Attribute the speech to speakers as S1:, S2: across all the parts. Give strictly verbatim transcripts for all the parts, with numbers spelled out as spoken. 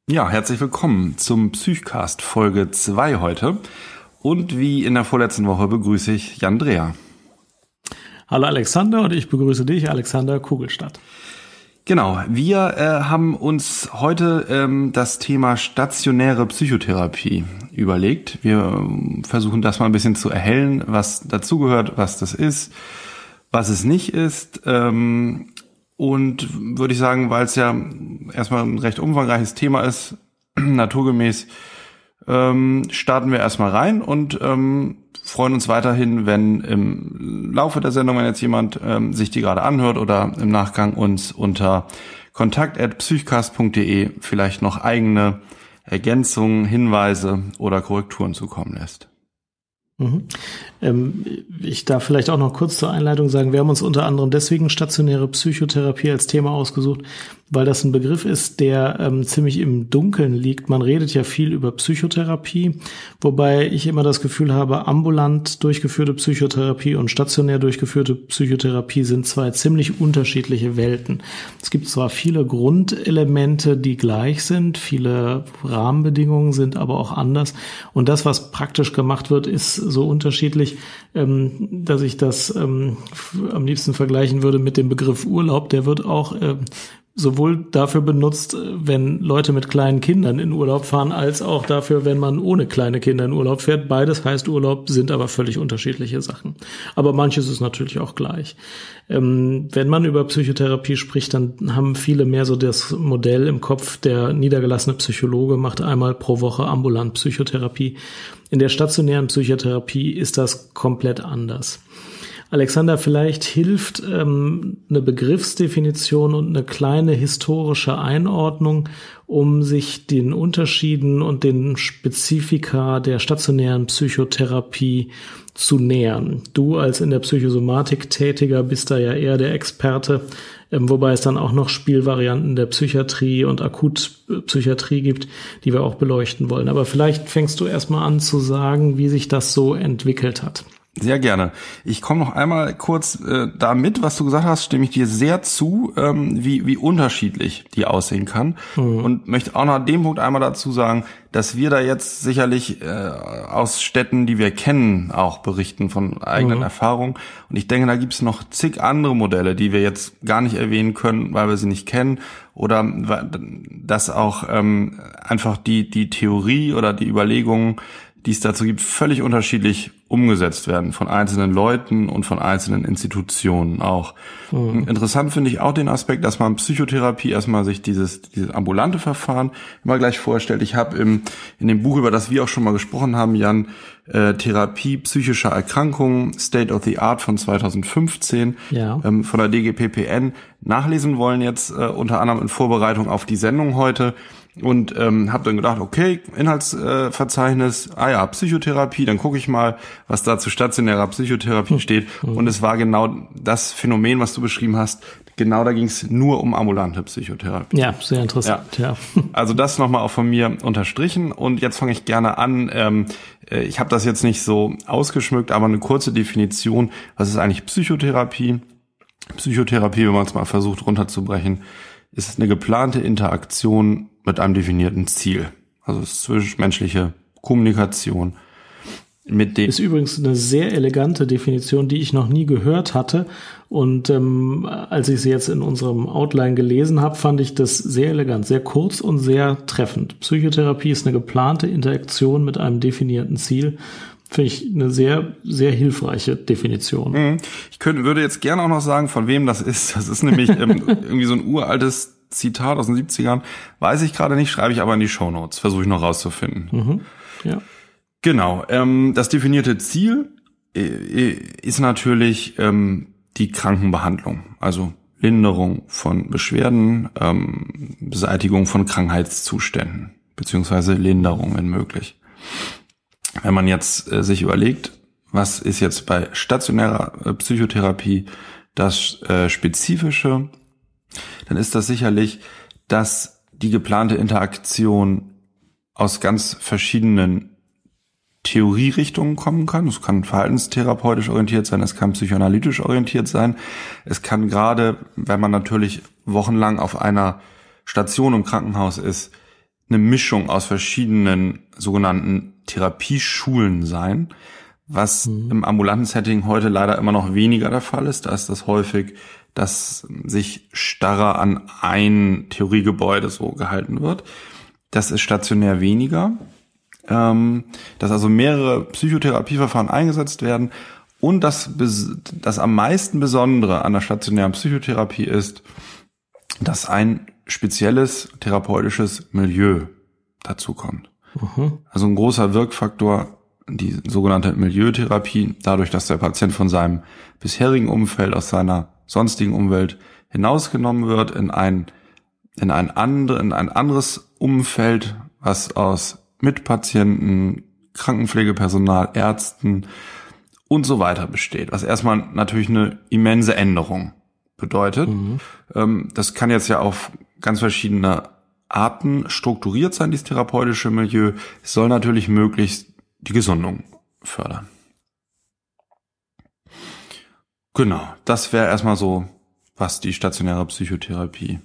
S1: Ja, herzlich willkommen zum Psychcast Folge zwei heute. Und wie in der vorletzten Woche begrüße ich Jan Dreher.
S2: Hallo Alexander und ich begrüße dich, Alexander Kugelstadt.
S1: Genau, wir äh, haben uns heute ähm, das Thema stationäre Psychotherapie überlegt. Wir ähm, versuchen das mal ein bisschen zu erhellen, was dazugehört, was das ist, was es nicht ist. Ähm, Und würde ich sagen, weil es ja erstmal ein recht umfangreiches Thema ist, naturgemäß, ähm, starten wir erstmal rein und ähm, freuen uns weiterhin, wenn im Laufe der Sendung, wenn jetzt jemand ähm, sich die gerade anhört oder im Nachgang uns unter kontakt at psychcast punkt de vielleicht noch eigene Ergänzungen, Hinweise oder Korrekturen zukommen lässt.
S2: Mhm. Ähm, ich darf vielleicht auch noch kurz zur Einleitung sagen, wir haben uns unter anderem deswegen stationäre Psychotherapie als Thema ausgesucht, weil das ein Begriff ist, der ähm, ziemlich im Dunkeln liegt. Man redet ja viel über Psychotherapie, wobei ich immer das Gefühl habe, ambulant durchgeführte Psychotherapie und stationär durchgeführte Psychotherapie sind zwei ziemlich unterschiedliche Welten. Es gibt zwar viele Grundelemente, die gleich sind, viele Rahmenbedingungen sind aber auch anders und das, was praktisch gemacht wird, ist so unterschiedlich, ähm, dass ich das ähm, am liebsten vergleichen würde mit dem Begriff Urlaub. Der wird auch äh, sowohl dafür benutzt, wenn Leute mit kleinen Kindern in Urlaub fahren, als auch dafür, wenn man ohne kleine Kinder in Urlaub fährt. Beides heißt Urlaub, sind aber völlig unterschiedliche Sachen. Aber manches ist natürlich auch gleich. Ähm, wenn man über Psychotherapie spricht, dann haben viele mehr so das Modell im Kopf, der niedergelassene Psychologe macht einmal pro Woche ambulant Psychotherapie. In der stationären Psychotherapie ist das komplett anders. Alexander, vielleicht hilft ähm, eine Begriffsdefinition und eine kleine historische Einordnung, um sich den Unterschieden und den Spezifika der stationären Psychotherapie zu nähern. Du als in der Psychosomatik Tätiger bist da ja eher der Experte, ähm, wobei es dann auch noch Spielvarianten der Psychiatrie und Akutpsychiatrie gibt, die wir auch beleuchten wollen. Aber vielleicht fängst du erstmal an zu sagen, wie sich das so entwickelt hat.
S1: Sehr gerne. Ich komme noch einmal kurz äh, da mit, was du gesagt hast, stimme ich dir sehr zu, ähm, wie wie unterschiedlich die aussehen kann. Mhm. Und möchte auch noch an dem Punkt einmal dazu sagen, dass wir da jetzt sicherlich äh, aus Städten, die wir kennen, auch berichten von eigenen mhm. Erfahrungen. Und ich denke, da gibt es noch zig andere Modelle, die wir jetzt gar nicht erwähnen können, weil wir sie nicht kennen. Oder dass auch ähm, einfach die die Theorie oder die Überlegungen, die es dazu gibt, völlig unterschiedlich umgesetzt werden von einzelnen Leuten und von einzelnen Institutionen auch. Mhm. Interessant finde ich auch den Aspekt, dass man Psychotherapie erstmal sich dieses dieses ambulante Verfahren immer gleich vorstellt. Ich habe im in dem Buch, über das wir auch schon mal gesprochen haben, Jan, äh, Therapie psychischer Erkrankungen, State of the Art von zweitausendfünfzehn, ja. ähm, von der D G P P N nachlesen wollen jetzt, äh, unter anderem in Vorbereitung auf die Sendung heute. Und ähm, habe dann gedacht, okay, Inhaltsverzeichnis, äh, ah ja, Psychotherapie, dann gucke ich mal, was da zu stationärer Psychotherapie steht. Und es war genau das Phänomen, was du beschrieben hast. Genau, da ging es nur um ambulante Psychotherapie.
S2: Ja, sehr interessant, ja. ja.
S1: Also das nochmal auch von mir unterstrichen. Und jetzt fange ich gerne an. Ähm, ich habe das jetzt nicht so ausgeschmückt, aber eine kurze Definition. Was ist eigentlich Psychotherapie? Psychotherapie, wenn man es mal versucht runterzubrechen, ist eine geplante Interaktion mit einem definierten Ziel. Also es ist zwischenmenschliche Kommunikation. Mit dem
S2: ist übrigens eine sehr elegante Definition, die ich noch nie gehört hatte. Und ähm, als ich sie jetzt in unserem Outline gelesen habe, fand ich das sehr elegant, sehr kurz und sehr treffend. Psychotherapie ist eine geplante Interaktion mit einem definierten Ziel. Finde ich eine sehr, sehr hilfreiche Definition.
S1: Ich könnte, würde jetzt gerne auch noch sagen, von wem das ist. Das ist nämlich ähm, irgendwie so ein uraltes Zitat aus den siebzigern. Weiß ich gerade nicht, schreibe ich aber in die Shownotes. Versuche ich noch rauszufinden.
S2: Mhm. Ja.
S1: Genau. Ähm, das definierte Ziel äh, ist natürlich ähm, die Krankenbehandlung. Also Linderung von Beschwerden, ähm, Beseitigung von Krankheitszuständen, beziehungsweise Linderung, wenn möglich. Wenn man jetzt äh, sich überlegt, was ist jetzt bei stationärer äh, Psychotherapie das äh, Spezifische, dann ist das sicherlich, dass die geplante Interaktion aus ganz verschiedenen Theorierichtungen kommen kann. Es kann verhaltenstherapeutisch orientiert sein, es kann psychoanalytisch orientiert sein. Es kann gerade, wenn man natürlich wochenlang auf einer Station im Krankenhaus ist, eine Mischung aus verschiedenen sogenannten Therapieschulen sein, was mhm. im ambulanten Setting heute leider immer noch weniger der Fall ist. Da ist das häufig, dass sich starrer an ein Theoriegebäude so gehalten wird. Das ist stationär weniger, ähm, dass also mehrere Psychotherapieverfahren eingesetzt werden. Und das, das am meisten Besondere an der stationären Psychotherapie ist, dass ein spezielles therapeutisches Milieu dazu kommt. Mhm. Also ein großer Wirkfaktor, die sogenannte Milieutherapie, dadurch, dass der Patient von seinem bisherigen Umfeld, aus seiner sonstigen Umwelt hinausgenommen wird in ein, in ein, andre, in ein anderes Umfeld, was aus Mitpatienten, Krankenpflegepersonal, Ärzten und so weiter besteht, was erstmal natürlich eine immense Änderung bedeutet. Mhm. Ähm, das kann jetzt ja auf ganz verschiedene Arten strukturiert sein, dieses therapeutische Milieu. Es soll natürlich möglichst die Gesundung fördern. Genau, das wäre erstmal so, was die stationäre Psychotherapie.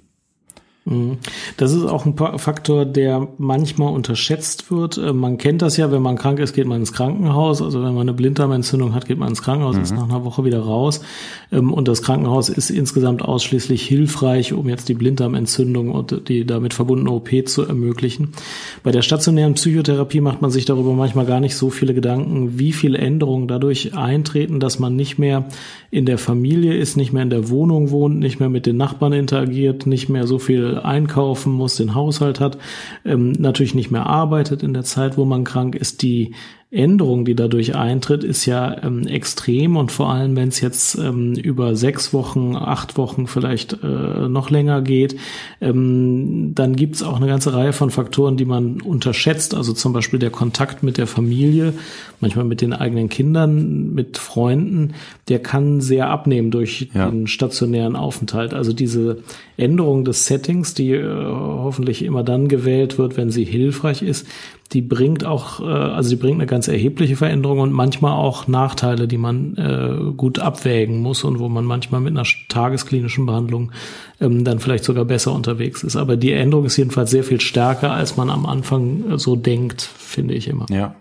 S2: Das ist auch ein Faktor, der manchmal unterschätzt wird. Man kennt das ja, wenn man krank ist, geht man ins Krankenhaus. Also wenn man eine Blinddarmentzündung hat, geht man ins Krankenhaus, mhm. ist nach einer Woche wieder raus. Und das Krankenhaus ist insgesamt ausschließlich hilfreich, um jetzt die Blinddarmentzündung und die damit verbundene O P zu ermöglichen. Bei der stationären Psychotherapie macht man sich darüber manchmal gar nicht so viele Gedanken, wie viele Änderungen dadurch eintreten, dass man nicht mehr in der Familie ist, nicht mehr in der Wohnung wohnt, nicht mehr mit den Nachbarn interagiert, nicht mehr so viel einkaufen muss, den Haushalt hat, ähm, natürlich nicht mehr arbeitet in der Zeit, wo man krank ist. Die Änderung, die dadurch eintritt, ist ja ähm, extrem, und vor allem, wenn es jetzt ähm, über sechs Wochen, acht Wochen vielleicht äh, noch länger geht, ähm, dann gibt es auch eine ganze Reihe von Faktoren, die man unterschätzt. Also zum Beispiel der Kontakt mit der Familie, manchmal mit den eigenen Kindern, mit Freunden, der kann sehr abnehmen durch ja. den stationären Aufenthalt. Also diese Änderung des Settings, die äh, hoffentlich immer dann gewählt wird, wenn sie hilfreich ist, die bringt auch, also die bringt eine ganz erhebliche Veränderung und manchmal auch Nachteile, die man äh, gut abwägen muss und wo man manchmal mit einer tagesklinischen Behandlung ähm, dann vielleicht sogar besser unterwegs ist. Aber die Änderung ist jedenfalls sehr viel stärker, als man am Anfang so denkt, finde ich immer.
S1: Ja.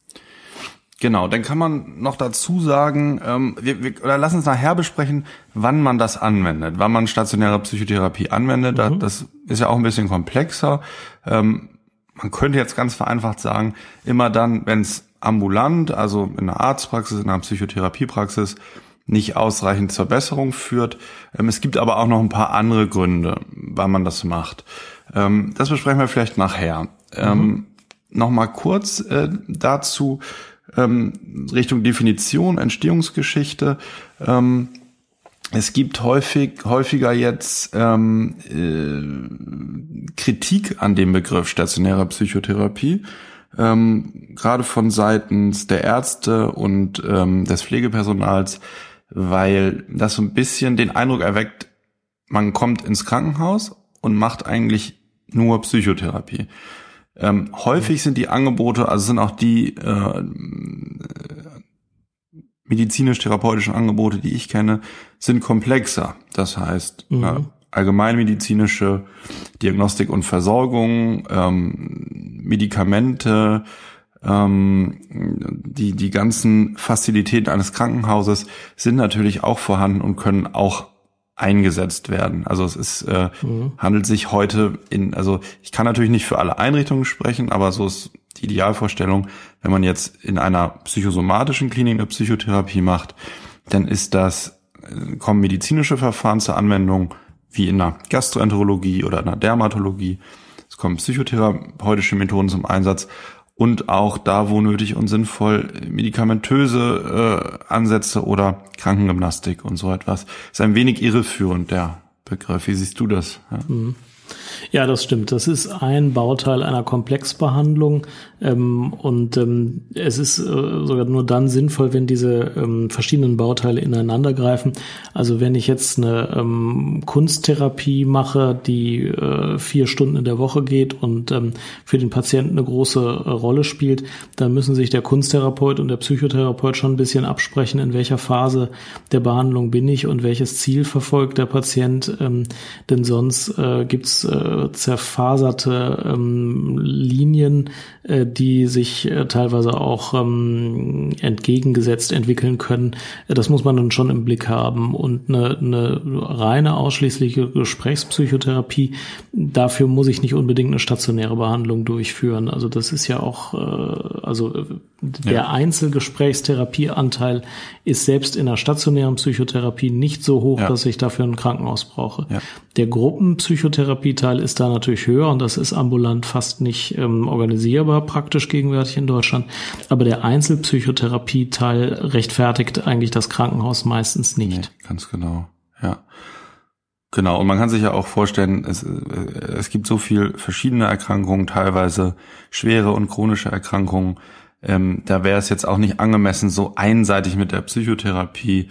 S1: Genau, dann kann man noch dazu sagen, ähm, wir, wir, oder lass uns nachher besprechen, wann man das anwendet, wann man stationäre Psychotherapie anwendet. Mhm. Das ist ja auch ein bisschen komplexer. Ähm, Man könnte jetzt ganz vereinfacht sagen, immer dann, wenn es ambulant, also in einer Arztpraxis, in einer Psychotherapiepraxis, nicht ausreichend zur Besserung führt. Es gibt aber auch noch ein paar andere Gründe, wann man das macht. Das besprechen wir vielleicht nachher. Mhm. Nochmal kurz dazu, Richtung Definition, Entstehungsgeschichte. Es gibt häufig, häufiger jetzt ähm, äh, Kritik an dem Begriff stationäre Psychotherapie, ähm, gerade von seitens der Ärzte und ähm, des Pflegepersonals, weil das so ein bisschen den Eindruck erweckt, man kommt ins Krankenhaus und macht eigentlich nur Psychotherapie. Ähm, häufig sind die Angebote, also sind auch die äh, medizinisch-therapeutischen Angebote, die ich kenne, sind komplexer. Das heißt, mhm. eine allgemeinmedizinische Diagnostik und Versorgung, ähm, Medikamente, ähm, die, die ganzen Fazilitäten eines Krankenhauses sind natürlich auch vorhanden und können auch eingesetzt werden. Also es ist, äh, mhm. handelt sich heute in, also ich kann natürlich nicht für alle Einrichtungen sprechen, aber so ist die Idealvorstellung, wenn man jetzt in einer psychosomatischen Klinik eine Psychotherapie macht, dann ist das, kommen medizinische Verfahren zur Anwendung, wie in einer Gastroenterologie oder in einer Dermatologie. Es kommen psychotherapeutische Methoden zum Einsatz und auch da, wo nötig und sinnvoll, medikamentöse äh, Ansätze oder Krankengymnastik und so etwas. Ist ein wenig irreführend, der Begriff. Wie siehst du das? Ja.
S2: Mhm. Ja, das stimmt. Das ist ein Bauteil einer Komplexbehandlung ähm, und ähm, es ist äh, sogar nur dann sinnvoll, wenn diese ähm, verschiedenen Bauteile ineinander greifen. Also wenn ich jetzt eine ähm, Kunsttherapie mache, die äh, vier Stunden in der Woche geht und ähm, für den Patienten eine große äh, Rolle spielt, dann müssen sich der Kunsttherapeut und der Psychotherapeut schon ein bisschen absprechen, in welcher Phase der Behandlung bin ich und welches Ziel verfolgt der Patient. Ähm, denn sonst äh, gibt's äh, äh, zerfaserte ähm, Linien, äh, die sich äh, teilweise auch ähm, entgegengesetzt entwickeln können. Äh, das muss man dann schon im Blick haben. Und eine, eine reine ausschließliche Gesprächspsychotherapie, dafür muss ich nicht unbedingt eine stationäre Behandlung durchführen. Also das ist ja auch, äh, also der ja. Einzelgesprächstherapieanteil ist selbst in der stationären Psychotherapie nicht so hoch, ja. dass ich dafür ein Krankenhaus brauche. Ja. Der Gruppenpsychotherapieteil ist da natürlich höher und das ist ambulant fast nicht ähm, organisierbar, praktisch gegenwärtig in Deutschland. Aber der Einzelpsychotherapieteil rechtfertigt eigentlich das Krankenhaus meistens nicht.
S1: Nee, ganz genau, ja. Genau, und man kann sich ja auch vorstellen, es, es gibt so viel verschiedene Erkrankungen, teilweise schwere und chronische Erkrankungen. Ähm, da wäre es jetzt auch nicht angemessen, so einseitig mit der Psychotherapie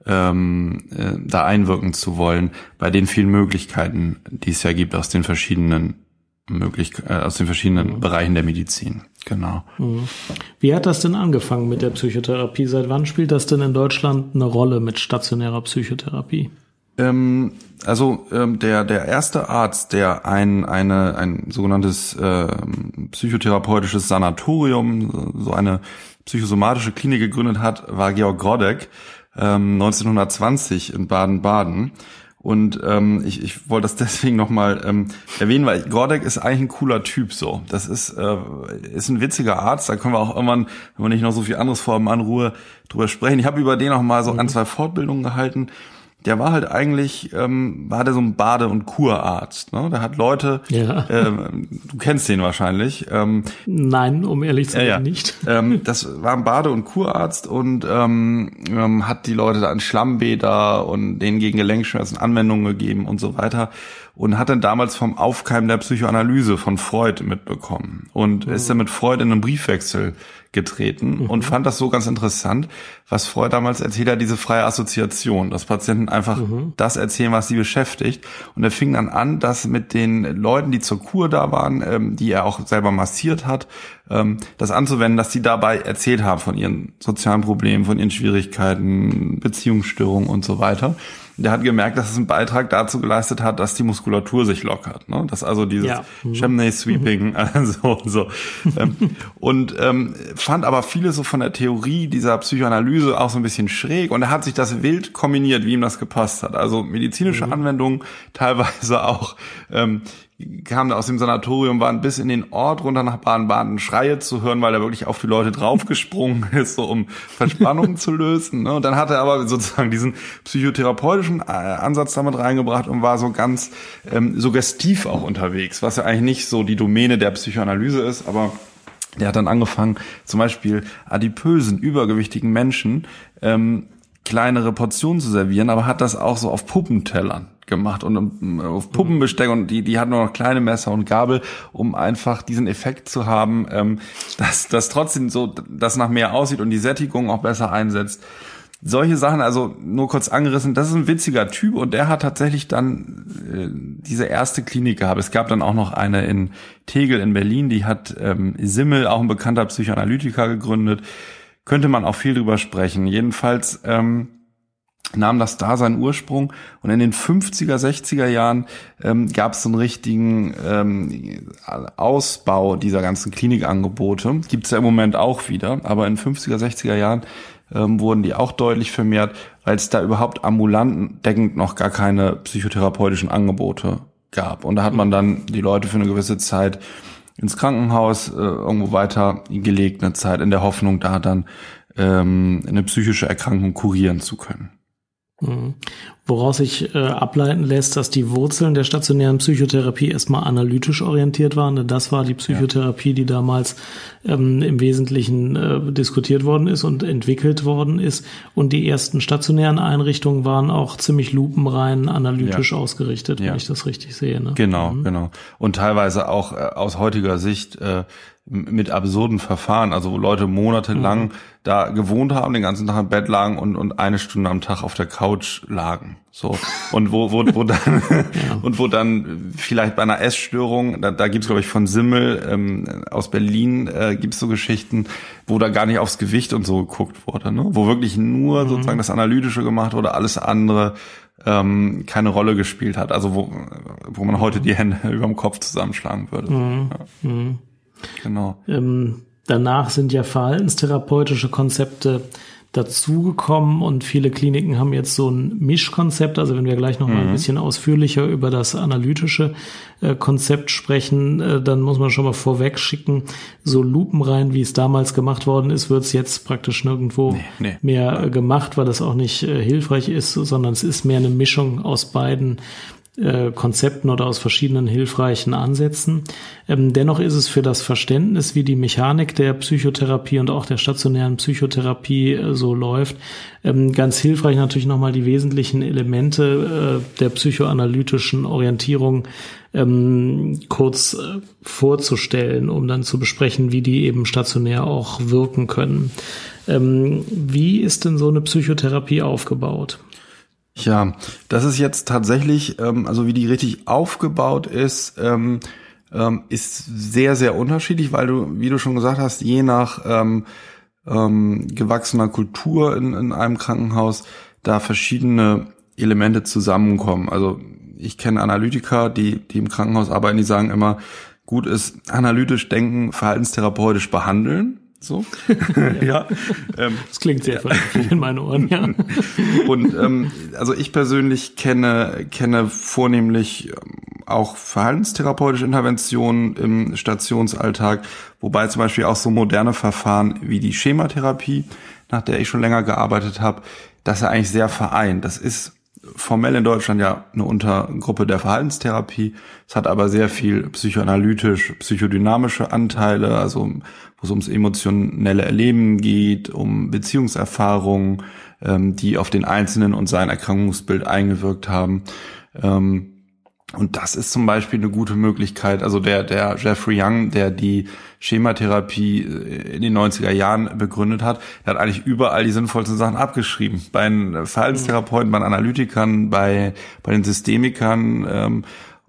S1: ähm, äh, da einwirken zu wollen, bei den vielen Möglichkeiten, die es ja gibt aus den verschiedenen Möglichkeiten, äh, aus den verschiedenen mhm. Bereichen der Medizin. Genau.
S2: Mhm. Wie hat das denn angefangen mit der Psychotherapie? Seit wann spielt das denn in Deutschland eine Rolle mit stationärer Psychotherapie?
S1: Ähm, also ähm, der der erste Arzt, der ein eine ein sogenanntes äh, psychotherapeutisches Sanatorium, so eine psychosomatische Klinik gegründet hat, war Georg Groddeck ähm, neunzehnhundertzwanzig in Baden-Baden. Und ähm, ich, ich wollte das deswegen nochmal ähm, erwähnen, weil Groddeck ist eigentlich ein cooler Typ so. Das ist äh, ist ein witziger Arzt, da können wir auch irgendwann, wenn wir nicht noch so viel anderes vorhaben, an Ruhe drüber sprechen. Ich habe über den noch mal so ein, zwei Fortbildungen gehalten. Der war halt eigentlich, ähm, war der so ein Bade- und Kurarzt, ne? Der hat Leute, ja. ähm, du kennst den wahrscheinlich. Ähm,
S2: Nein, um ehrlich zu sein,
S1: ja, ja.
S2: nicht.
S1: Ähm, das war ein Bade- und Kurarzt und ähm, ähm, hat die Leute da in Schlammbäder und denen gegen Gelenkschmerzen Anwendungen gegeben und so weiter. Und hat dann damals vom Aufkeimen der Psychoanalyse von Freud mitbekommen. Und mhm. ist dann mit Freud in einen Briefwechsel getreten mhm. und fand das so ganz interessant, was Freud damals erzählt hat, diese freie Assoziation, dass Patienten einfach mhm. das erzählen, was sie beschäftigt. Und er fing dann an, dass mit den Leuten, die zur Kur da waren, ähm, die er auch selber massiert hat, ähm, das anzuwenden, dass die dabei erzählt haben von ihren sozialen Problemen, von ihren Schwierigkeiten, Beziehungsstörungen und so weiter. Der hat gemerkt, dass es einen Beitrag dazu geleistet hat, dass die Muskulatur sich lockert, ne? Dass also dieses ja. mhm. Chimney Sweeping, mhm. also so. ähm, und ähm, fand aber vieles so von der Theorie dieser Psychoanalyse auch so ein bisschen schräg und er hat sich das wild kombiniert, wie ihm das gepasst hat. Also medizinische mhm. Anwendungen, teilweise auch ähm, kamen aus dem Sanatorium, waren bis in den Ort runter nach Baden-Baden Schreie zu hören, weil er wirklich auf die Leute draufgesprungen ist, so um Verspannungen zu lösen. Ne? Und dann hat er aber sozusagen diesen psychotherapeutischen Ansatz damit reingebracht und war so ganz ähm, suggestiv auch unterwegs, was ja eigentlich nicht so die Domäne der Psychoanalyse ist, aber der hat dann angefangen, zum Beispiel adipösen, übergewichtigen Menschen ähm, kleinere Portionen zu servieren, aber hat das auch so auf Puppentellern gemacht und auf Puppenbesteck und die die hatten nur noch kleine Messer und Gabel, um einfach diesen Effekt zu haben, ähm, dass das trotzdem so das nach mehr aussieht und die Sättigung auch besser einsetzt. Solche Sachen, also nur kurz angerissen, das ist ein witziger Typ und der hat tatsächlich dann äh, diese erste Klinik gehabt. Es gab dann auch noch eine in Tegel in Berlin, die hat ähm, Simmel, auch ein bekannter Psychoanalytiker, gegründet. Könnte man auch viel drüber sprechen. Jedenfalls ähm, nahm das da seinen Ursprung und in den fünfziger, sechziger Jahren ähm, gab es so einen richtigen ähm, Ausbau dieser ganzen Klinikangebote. Gibt es ja im Moment auch wieder, aber in den fünfziger, sechziger Jahren ähm, wurden die auch deutlich vermehrt, weil es da überhaupt ambulant deckend noch gar keine psychotherapeutischen Angebote gab. Und da hat man dann die Leute für eine gewisse Zeit ins Krankenhaus äh, irgendwo weiter gelegt, eine Zeit in der Hoffnung, da dann ähm, eine psychische Erkrankung kurieren zu können.
S2: Mhm. Woraus sich äh, ableiten lässt, dass die Wurzeln der stationären Psychotherapie erstmal analytisch orientiert waren, denn das war die Psychotherapie, die damals ähm, im Wesentlichen äh, diskutiert worden ist und entwickelt worden ist. Und die ersten stationären Einrichtungen waren auch ziemlich lupenrein analytisch ja. ausgerichtet, wenn ja. ich das richtig sehe. Ne?
S1: Genau,
S2: mhm.
S1: genau. Und teilweise auch äh, aus heutiger Sicht äh, mit absurden Verfahren, also wo Leute monatelang mhm. da gewohnt haben, den ganzen Tag im Bett lagen und und eine Stunde am Tag auf der Couch lagen, so und wo wo wo dann ja. und wo dann vielleicht bei einer Essstörung, da, da gibt's glaube ich von Simmel ähm, aus Berlin äh, gibt's so Geschichten, wo da gar nicht aufs Gewicht und so geguckt wurde, ne, wo wirklich nur mhm. sozusagen das Analytische gemacht wurde, alles andere ähm, keine Rolle gespielt hat. Also wo, wo man heute die Hände über dem Kopf zusammenschlagen würde.
S2: Mhm.
S1: Ja.
S2: Mhm.
S1: Genau.
S2: Ähm, danach sind ja verhaltenstherapeutische Konzepte dazugekommen und viele Kliniken haben jetzt so ein Mischkonzept. Also wenn wir gleich noch mal
S1: Mhm.
S2: ein bisschen ausführlicher über das analytische äh, Konzept sprechen, äh, dann muss man schon mal vorweg schicken, so lupenrein, wie es damals gemacht worden ist, wird es jetzt praktisch nirgendwo
S1: nee, nee.
S2: mehr äh, gemacht, weil das auch nicht äh, hilfreich ist, sondern es ist mehr eine Mischung aus beiden äh, Konzepten oder aus verschiedenen hilfreichen Ansätzen. Ähm, dennoch ist es für das Verständnis, wie die Mechanik der Psychotherapie und auch der stationären Psychotherapie äh, so läuft, ähm, ganz hilfreich natürlich nochmal die wesentlichen Elemente äh, der psychoanalytischen Orientierung ähm, kurz äh, vorzustellen, um dann zu besprechen, wie die eben stationär auch wirken können. Ähm, wie ist denn so eine Psychotherapie aufgebaut?
S1: Ja, das ist jetzt tatsächlich, ähm, also wie die richtig aufgebaut ist, ähm, ähm, ist sehr, sehr unterschiedlich, weil du, wie du schon gesagt hast, je nach ähm, ähm, gewachsener Kultur in, in einem Krankenhaus da verschiedene Elemente zusammenkommen. Also ich kenne Analytiker, die, die im Krankenhaus arbeiten, die sagen immer, gut ist analytisch denken, verhaltenstherapeutisch behandeln. So. Ja. Ähm,
S2: das klingt sehr vernünftig in meinen Ohren, ja.
S1: Und ähm, also ich persönlich kenne kenne vornehmlich auch verhaltenstherapeutische Interventionen im Stationsalltag, wobei zum Beispiel auch so moderne Verfahren wie die Schematherapie, nach der ich schon länger gearbeitet habe, das ja eigentlich sehr vereint. Das ist formell in Deutschland ja eine Untergruppe der Verhaltenstherapie. Es hat aber sehr viel psychoanalytisch, psychodynamische Anteile, also wo es ums emotionelle Erleben geht, um Beziehungserfahrungen, ähm, die auf den Einzelnen und sein Erkrankungsbild eingewirkt haben. Ähm, und das ist zum Beispiel eine gute Möglichkeit. Also der, der Jeffrey Young, der die Schematherapie in den neunziger Jahren begründet hat, der hat eigentlich überall die sinnvollsten Sachen abgeschrieben. Bei den Verhaltenstherapeuten, bei den Analytikern, bei, bei den Systemikern. Ähm,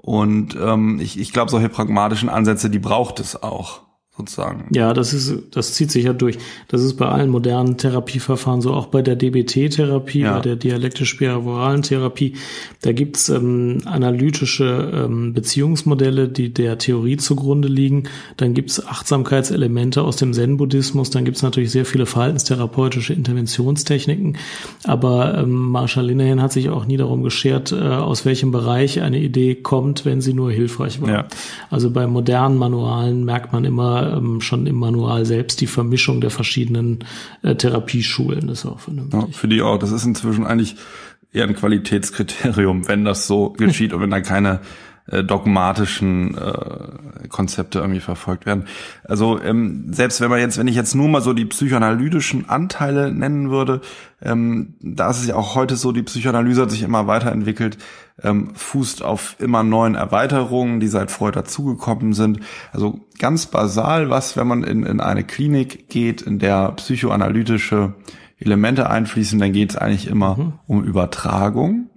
S1: und ähm, ich, ich glaube, solche pragmatischen Ansätze, die braucht es auch. Sozusagen.
S2: Ja, das ist, das zieht sich ja durch. Das ist bei allen modernen Therapieverfahren so, auch bei der D B T-Therapie, ja. Bei der dialektisch-behavioralen Therapie. Da gibt's ähm, analytische ähm, Beziehungsmodelle, die der Theorie zugrunde liegen. Dann gibt's Achtsamkeitselemente aus dem Zen-Buddhismus. Dann gibt's natürlich sehr viele verhaltenstherapeutische Interventionstechniken. Aber ähm, Marshall Linehan hat sich auch nie darum geschert, äh, aus welchem Bereich eine Idee kommt, wenn sie nur hilfreich war. Ja. Also bei modernen Manualen merkt man immer ähm, schon im Manual selbst die Vermischung der verschiedenen äh, Therapieschulen. Das ist auch vernünftig.
S1: Ja, für die auch. Das ist inzwischen eigentlich eher ein Qualitätskriterium, wenn das so geschieht und wenn da keine äh, dogmatischen äh, Konzepte irgendwie verfolgt werden. Also ähm, selbst wenn man jetzt, wenn ich jetzt nur mal so die psychoanalytischen Anteile nennen würde, ähm, da ist es ja auch heute so, die Psychoanalyse hat sich immer weiterentwickelt, ähm, fußt auf immer neuen Erweiterungen, die seit Freud dazugekommen sind. Also ganz basal, was, wenn man in, in eine Klinik geht, in der psychoanalytische Elemente einfließen, dann geht es eigentlich immer mhm. um Übertragung.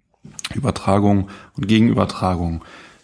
S1: Übertragung und Gegenübertragung.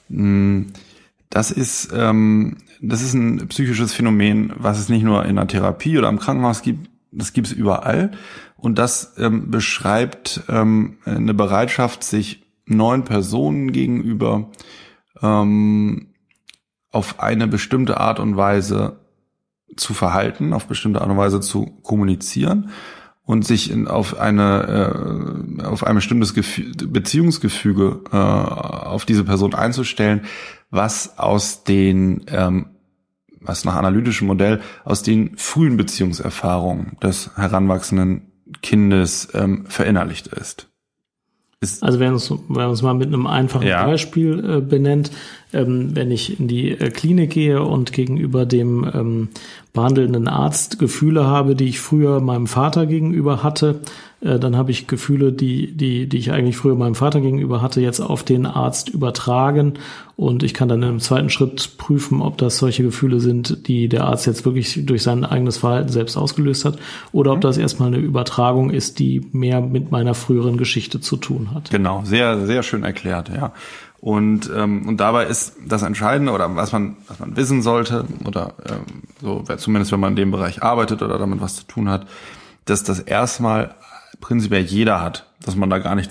S1: Das ist, ähm, das ist ein psychisches Phänomen, was es nicht nur in der Therapie oder im Krankenhaus gibt, das gibt es überall. Und das ähm, beschreibt ähm, eine Bereitschaft, sich neuen Personen gegenüber ähm, auf eine bestimmte Art und Weise zu verhalten, auf bestimmte Art und Weise zu kommunizieren und sich in, auf eine äh, auf ein bestimmtes Gefühl, Beziehungsgefüge äh, auf diese Person einzustellen, was aus den ähm, was nach analytischem Modell aus den frühen Beziehungserfahrungen des heranwachsenden Kindes ähm, verinnerlicht ist. ist
S2: also wenn uns wenn uns mal mit einem einfachen ja. Beispiel äh, benennt, ähm, wenn ich in die äh, Klinik gehe und gegenüber dem ähm, behandelnden Arzt Gefühle habe, die ich früher meinem Vater gegenüber hatte, äh, dann habe ich Gefühle, die die die ich eigentlich früher meinem Vater gegenüber hatte, jetzt auf den Arzt übertragen und ich kann dann im zweiten Schritt prüfen, ob das solche Gefühle sind, die der Arzt jetzt wirklich durch sein eigenes Verhalten selbst ausgelöst hat oder ob das erstmal eine Übertragung ist, die mehr mit meiner früheren Geschichte zu tun hat.
S1: Genau, sehr sehr schön erklärt, ja. Und ähm, und dabei ist das Entscheidende oder was man was man wissen sollte oder ähm, so zumindest wenn man in dem Bereich arbeitet oder damit was zu tun hat, dass das erstmal prinzipiell jeder hat, dass man da gar nichts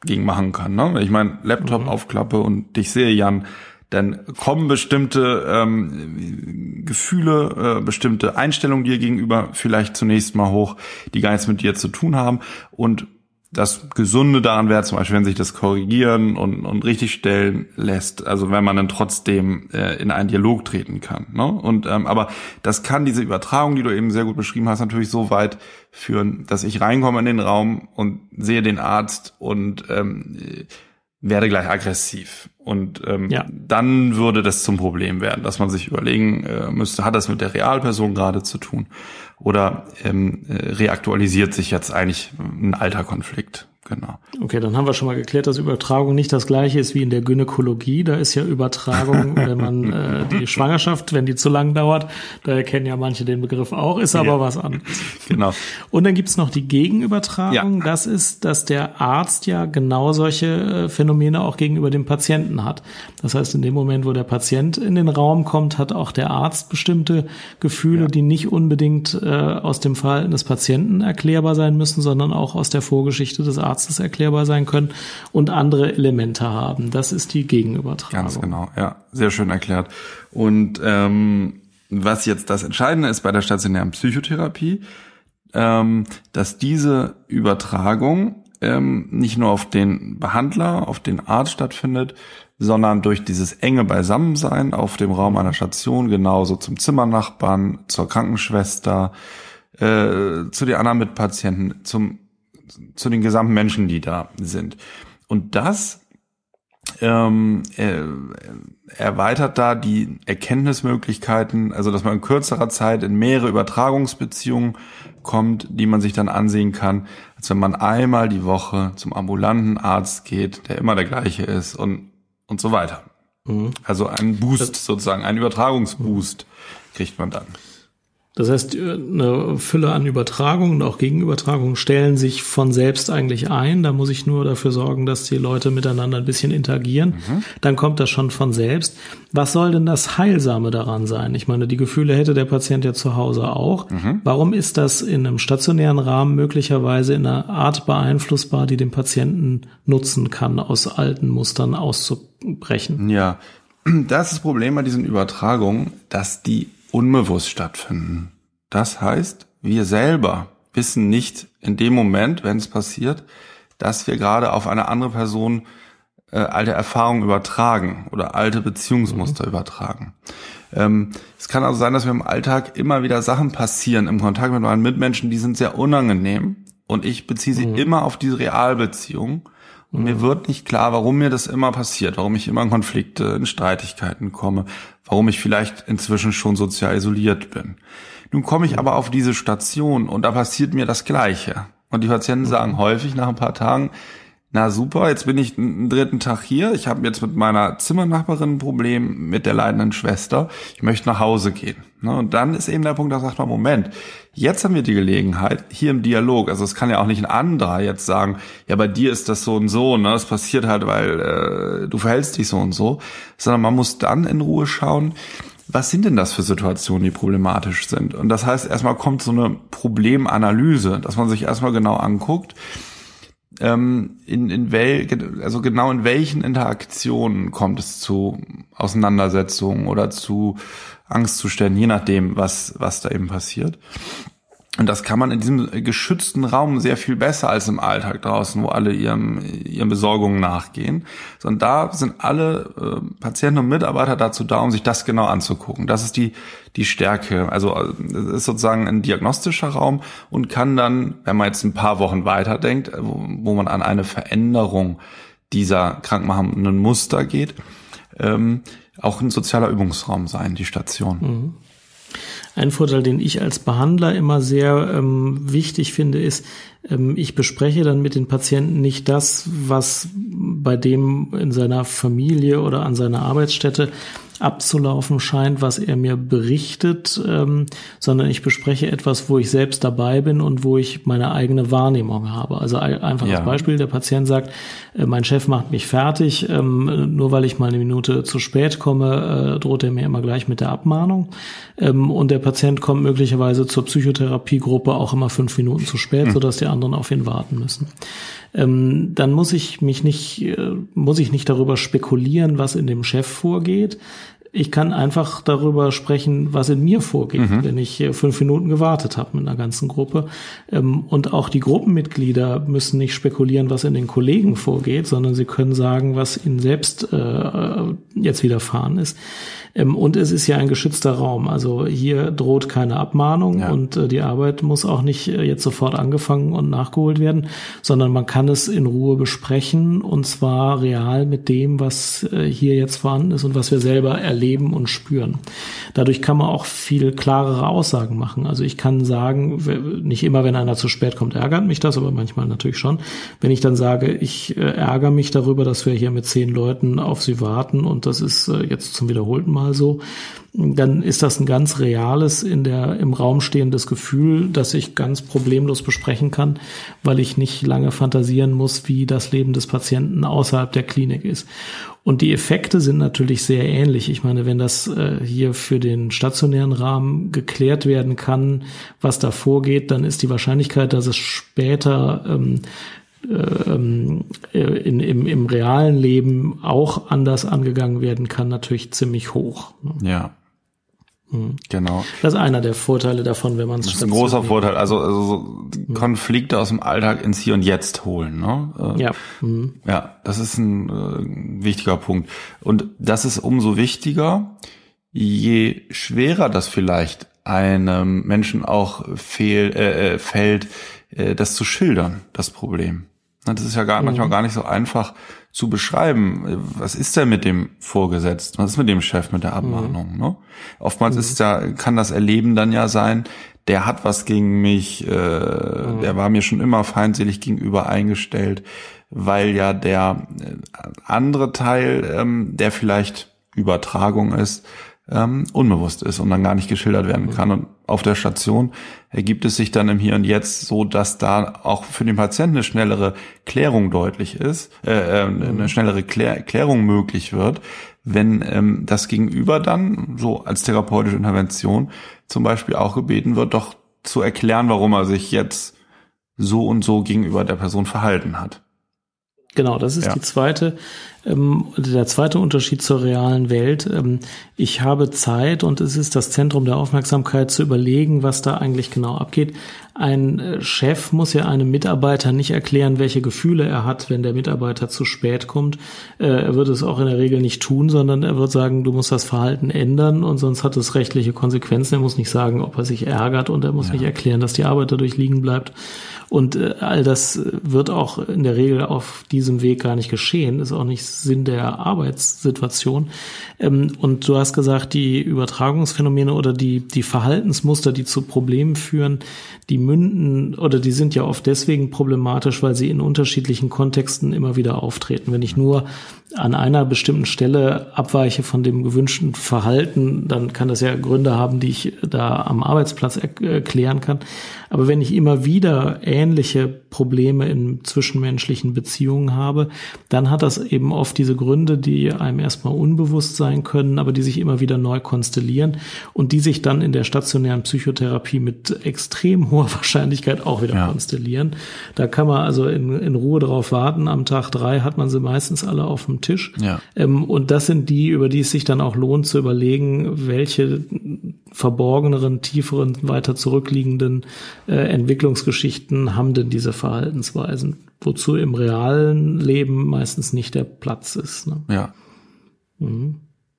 S1: gegen machen kann. Ne? Wenn ich meinen Laptop mhm. aufklappe und dich sehe, Jan, dann kommen bestimmte ähm, Gefühle, äh, bestimmte Einstellungen dir gegenüber vielleicht zunächst mal hoch, die gar nichts mit dir zu tun haben. Und das Gesunde daran wäre zum Beispiel, wenn sich das korrigieren und, und richtigstellen lässt, also wenn man dann trotzdem äh, in einen Dialog treten kann. Ne? Und ähm, aber das kann diese Übertragung, die du eben sehr gut beschrieben hast, natürlich so weit führen, dass ich reinkomme in den Raum und sehe den Arzt und ähm, werde gleich aggressiv. Und ähm, ja. dann würde das zum Problem werden, dass man sich überlegen äh, müsste, hat das mit der Realperson gerade zu tun oder ähm, reaktualisiert sich jetzt eigentlich ein alter Konflikt? Genau.
S2: Okay, dann haben wir schon mal geklärt, dass Übertragung nicht das Gleiche ist wie in der Gynäkologie. Da ist ja Übertragung, wenn man äh, die Schwangerschaft, wenn die zu lang dauert, da kennen ja manche den Begriff auch, ist aber ja. was anderes.
S1: Genau.
S2: Und dann gibt's noch die Gegenübertragung. Ja. Das ist, dass der Arzt ja genau solche Phänomene auch gegenüber dem Patienten hat. Das heißt, in dem Moment, wo der Patient in den Raum kommt, hat auch der Arzt bestimmte Gefühle, ja. die nicht unbedingt äh, aus dem Verhalten des Patienten erklärbar sein müssen, sondern auch aus der Vorgeschichte des Arztes erklärbar sein können und andere Elemente haben. Das ist die Gegenübertragung.
S1: Ganz genau, ja, sehr schön erklärt. Und ähm, was jetzt das Entscheidende ist bei der stationären Psychotherapie, ähm, dass diese Übertragung ähm, nicht nur auf den Behandler, auf den Arzt stattfindet, sondern durch dieses enge Beisammensein auf dem Raum einer Station, genauso zum Zimmernachbarn, zur Krankenschwester, äh, zu den anderen Mitpatienten, zum zu den gesamten Menschen, die da sind. Und das ähm, äh, erweitert da die Erkenntnismöglichkeiten, also dass man in kürzerer Zeit in mehrere Übertragungsbeziehungen kommt, die man sich dann ansehen kann, als wenn man einmal die Woche zum ambulanten Arzt geht, der immer der gleiche ist und und so weiter. Mhm. Also ein Boost sozusagen, ein Übertragungsboost kriegt man dann.
S2: Das heißt, eine Fülle an Übertragungen und auch Gegenübertragungen stellen sich von selbst eigentlich ein. Da muss ich nur dafür sorgen, dass die Leute miteinander ein bisschen interagieren. Mhm. Dann kommt das schon von selbst. Was soll denn das Heilsame daran sein? Ich meine, die Gefühle hätte der Patient ja zu Hause auch. Mhm. Warum ist das in einem stationären Rahmen möglicherweise in einer Art beeinflussbar, die den Patienten nutzen kann, aus alten Mustern auszubrechen?
S1: Ja, das ist das Problem bei diesen Übertragungen, dass die unbewusst stattfinden. Das heißt, wir selber wissen nicht in dem Moment, wenn es passiert, dass wir gerade auf eine andere Person äh, alte Erfahrungen übertragen oder alte Beziehungsmuster mhm. übertragen. Ähm, es kann also sein, dass mir im Alltag immer wieder Sachen passieren im Kontakt mit meinen Mitmenschen, die sind sehr unangenehm und ich beziehe sie mhm. immer auf diese Realbeziehung. Und mir wird nicht klar, warum mir das immer passiert, warum ich immer in Konflikte, in Streitigkeiten komme, warum ich vielleicht inzwischen schon sozial isoliert bin. Nun komme ich aber auf diese Station und da passiert mir das Gleiche. Und die Patienten sagen häufig nach ein paar Tagen, na super, jetzt bin ich einen dritten Tag hier, ich habe jetzt mit meiner Zimmernachbarin ein Problem, mit der leidenden Schwester, ich möchte nach Hause gehen. Und dann ist eben der Punkt, da sagt man, Moment, jetzt haben wir die Gelegenheit, hier im Dialog, also es kann ja auch nicht ein anderer jetzt sagen, ja, bei dir ist das so und so, ne, es passiert halt, weil äh, du verhältst dich so und so, sondern man muss dann in Ruhe schauen, was sind denn das für Situationen, die problematisch sind? Und das heißt, erstmal kommt so eine Problemanalyse, dass man sich erstmal genau anguckt, in, in wel, also genau in welchen Interaktionen kommt es zu Auseinandersetzungen oder zu Angstzuständen, je nachdem, was, was da eben passiert. Und das kann man in diesem geschützten Raum sehr viel besser als im Alltag draußen, wo alle ihrem, ihren Besorgungen nachgehen. Sondern da sind alle äh, Patienten und Mitarbeiter dazu da, um sich das genau anzugucken. Das ist die, die Stärke. Also es ist sozusagen ein diagnostischer Raum und kann dann, wenn man jetzt ein paar Wochen weiterdenkt, wo, wo man an eine Veränderung dieser krankmachenden Muster geht, ähm, auch ein sozialer Übungsraum sein, die Station.
S2: Mhm. Ein Vorteil, den ich als Behandler immer sehr ähm, wichtig finde, ist, ähm, ich bespreche dann mit den Patienten nicht das, was bei dem in seiner Familie oder an seiner Arbeitsstätte abzulaufen scheint, was er mir berichtet, ähm, sondern ich bespreche etwas, wo ich selbst dabei bin und wo ich meine eigene Wahrnehmung habe. Also einfaches ja. Beispiel, der Patient sagt, äh, mein Chef macht mich fertig, ähm, nur weil ich mal eine Minute zu spät komme, äh, droht er mir immer gleich mit der Abmahnung. Ähm, und der Patient kommt möglicherweise zur Psychotherapiegruppe auch immer fünf Minuten zu spät, hm. sodass die anderen auf ihn warten müssen. Ähm, dann muss ich mich nicht, äh, muss ich nicht darüber spekulieren, was in dem Chef vorgeht. Ich kann einfach darüber sprechen, was in mir vorgeht, mhm. wenn ich fünf Minuten gewartet habe mit einer ganzen Gruppe. Und auch die Gruppenmitglieder müssen nicht spekulieren, was in den Kollegen vorgeht, sondern sie können sagen, was ihnen selbst äh, jetzt widerfahren ist. Und es ist ja ein geschützter Raum. Also hier droht keine Abmahnung ja. und äh, die Arbeit muss auch nicht äh, jetzt sofort angefangen und nachgeholt werden, sondern man kann es in Ruhe besprechen und zwar real mit dem, was äh, hier jetzt vorhanden ist und was wir selber erleben und spüren. Dadurch kann man auch viel klarere Aussagen machen. Also ich kann sagen, nicht immer, wenn einer zu spät kommt, ärgert mich das, aber manchmal natürlich schon. Wenn ich dann sage, ich äh, ärgere mich darüber, dass wir hier mit zehn Leuten auf sie warten und das ist äh, jetzt zum wiederholten Mal so, dann ist das ein ganz reales, in der im Raum stehendes Gefühl, das ich ganz problemlos besprechen kann, weil ich nicht lange fantasieren muss, wie das Leben des Patienten außerhalb der Klinik ist. Und die Effekte sind natürlich sehr ähnlich. Ich meine, wenn das äh, hier für den stationären Rahmen geklärt werden kann, was da vorgeht, dann ist die Wahrscheinlichkeit, dass es später ähm, In, im, im realen Leben auch anders angegangen werden kann, natürlich ziemlich hoch.
S1: Ja, mhm. genau.
S2: Das ist einer der Vorteile davon, wenn man es.
S1: Das ist ein großer Vorteil. Also, also so mhm. Konflikte aus dem Alltag ins Hier und Jetzt holen. Ne? Äh,
S2: ja. Mhm.
S1: Ja, das ist ein äh, wichtiger Punkt. Und das ist umso wichtiger, je schwerer das vielleicht einem Menschen auch fehl, äh, fällt, äh, das zu schildern, das Problem. Das ist ja gar, mhm. manchmal gar nicht so einfach zu beschreiben. Was ist denn mit dem Vorgesetzten? Was ist mit dem Chef, mit der Abmahnung? Mhm. Ne? Oftmals mhm. ist ja, kann das Erleben dann ja sein, der hat was gegen mich, äh, mhm. der war mir schon immer feindselig gegenüber eingestellt, weil ja der andere Teil, ähm, der vielleicht Übertragung ist, ähm, unbewusst ist und dann gar nicht geschildert werden kann. Und auf der Station ergibt es sich dann im Hier und Jetzt so, dass da auch für den Patienten eine schnellere Klärung deutlich ist, äh, eine schnellere Klär- Klärung möglich wird, wenn ähm, das Gegenüber dann so als therapeutische Intervention zum Beispiel auch gebeten wird, doch zu erklären, warum er sich jetzt so und so gegenüber der Person verhalten hat.
S2: Genau, das ist ja. die zweite, ähm, der zweite Unterschied zur realen Welt. Ähm, ich habe Zeit und es ist das Zentrum der Aufmerksamkeit zu überlegen, was da eigentlich genau abgeht. Ein äh, Chef muss ja einem Mitarbeiter nicht erklären, welche Gefühle er hat, wenn der Mitarbeiter zu spät kommt. Äh, er wird es auch in der Regel nicht tun, sondern er wird sagen, du musst das Verhalten ändern und sonst hat es rechtliche Konsequenzen. Er muss nicht sagen, ob er sich ärgert und er muss ja. nicht erklären, dass die Arbeit dadurch liegen bleibt. Und äh, all das wird auch in der Regel auf diesem Weg gar nicht geschehen, ist auch nicht Sinn der Arbeitssituation. Ähm, und du hast gesagt, die Übertragungsphänomene oder die die Verhaltensmuster, die zu Problemen führen, die münden oder die sind ja oft deswegen problematisch, weil sie in unterschiedlichen Kontexten immer wieder auftreten. Wenn ich nur an einer bestimmten Stelle abweiche von dem gewünschten Verhalten, dann kann das ja Gründe haben, die ich da am Arbeitsplatz erklären kann. Aber wenn ich immer wieder ähnliche Probleme in zwischenmenschlichen Beziehungen habe, dann hat das eben oft diese Gründe, die einem erstmal unbewusst sein können, aber die sich immer wieder neu konstellieren und die sich dann in der stationären Psychotherapie mit extrem hoher Wahrscheinlichkeit auch wieder ja. konstellieren. Da kann man also in, in Ruhe drauf warten. Am Tag drei hat man sie meistens alle auf dem Tisch. Ja. Ähm, und das sind die, über die es sich dann auch lohnt zu überlegen, welche verborgeneren, tieferen, weiter zurückliegenden äh, Entwicklungsgeschichten haben denn diese Verhaltensweisen, wozu im realen Leben meistens nicht der Platz ist. Ne?
S1: Ja.
S2: Mhm.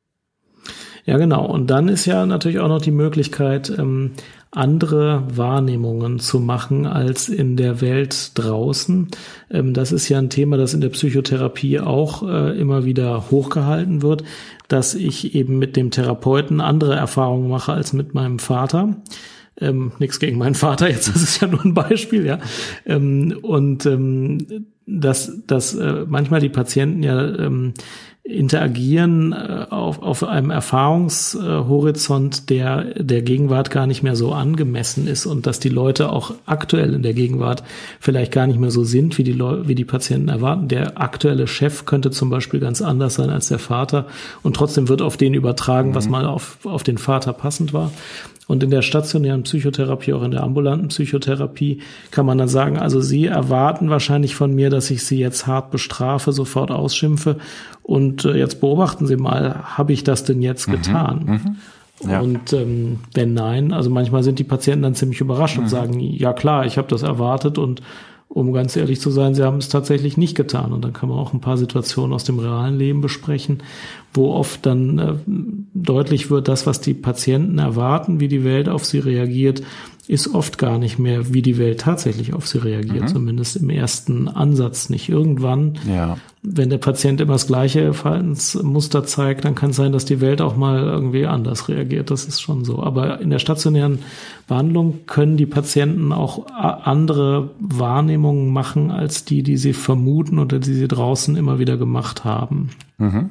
S2: Ja, genau. Und dann ist ja natürlich auch noch die Möglichkeit, ähm, andere Wahrnehmungen zu machen als in der Welt draußen. Ähm, das ist ja ein Thema, das in der Psychotherapie auch äh, immer wieder hochgehalten wird, dass ich eben mit dem Therapeuten andere Erfahrungen mache als mit meinem Vater. Ähm, nichts gegen meinen Vater, jetzt ist es ja nur ein Beispiel, ja. Ähm, und ähm, dass, dass äh, manchmal die Patienten ja ähm, interagieren äh, auf, auf einem Erfahrungshorizont, der der Gegenwart gar nicht mehr so angemessen ist und dass die Leute auch aktuell in der Gegenwart vielleicht gar nicht mehr so sind, wie die Leute, wie die Patienten erwarten. Der aktuelle Chef könnte zum Beispiel ganz anders sein als der Vater und trotzdem wird auf den übertragen, mhm. was mal auf, auf den Vater passend war. Und in der stationären Psychotherapie, auch in der ambulanten Psychotherapie, kann man dann sagen, also Sie erwarten wahrscheinlich von mir, dass ich Sie jetzt hart bestrafe, sofort ausschimpfe. Und äh, jetzt beobachten Sie mal, habe ich das denn jetzt getan?
S1: Mhm, mhm. Ja.
S2: Und ähm, wenn nein, also manchmal sind die Patienten dann ziemlich überrascht mhm. und sagen, ja klar, ich habe das erwartet und um ganz ehrlich zu sein, sie haben es tatsächlich nicht getan. Und dann kann man auch ein paar Situationen aus dem realen Leben besprechen, wo oft dann äh, deutlich wird, das, was die Patienten erwarten, wie die Welt auf sie reagiert, ist oft gar nicht mehr, wie die Welt tatsächlich auf sie reagiert, mhm. zumindest im ersten Ansatz nicht. Irgendwann,
S1: ja.
S2: wenn der Patient immer das gleiche Verhaltensmuster zeigt, dann kann es sein, dass die Welt auch mal irgendwie anders reagiert. Das ist schon so. Aber in der stationären Behandlung können die Patienten auch andere Wahrnehmungen machen, als die, die sie vermuten oder die sie draußen immer wieder gemacht haben.
S1: Mhm.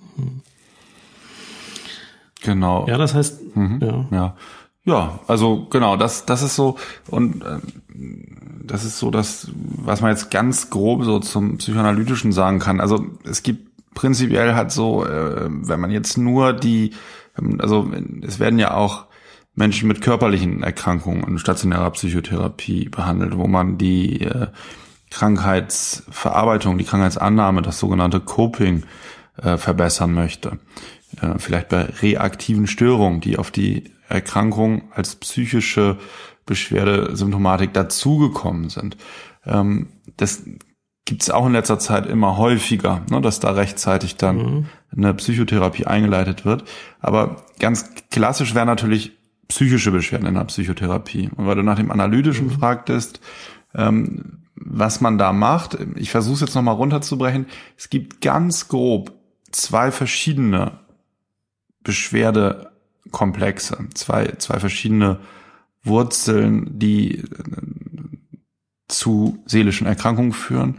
S1: Genau.
S2: Ja, das heißt,
S1: mhm.
S2: ja.
S1: ja. Ja, also genau, das das ist so und äh, das ist so das, was man jetzt ganz grob so zum Psychoanalytischen sagen kann. Also es gibt prinzipiell halt so, äh, wenn man jetzt nur die, also es werden ja auch Menschen mit körperlichen Erkrankungen in stationärer Psychotherapie behandelt, wo man die äh, Krankheitsverarbeitung, die Krankheitsannahme, das sogenannte Coping äh, verbessern möchte. Äh, vielleicht bei reaktiven Störungen, die auf die Erkrankung als psychische Beschwerde, Symptomatik dazugekommen sind. Ähm, das gibt's auch in letzter Zeit immer häufiger, ne, dass da rechtzeitig dann mhm. eine Psychotherapie eingeleitet wird. Aber ganz klassisch wäre natürlich psychische Beschwerden in der Psychotherapie. Und weil du nach dem Analytischen mhm. fragtest, ähm, was man da macht, ich versuche es jetzt nochmal runterzubrechen. Es gibt ganz grob zwei verschiedene Beschwerde Komplexe, zwei, zwei verschiedene Wurzeln, die zu seelischen Erkrankungen führen.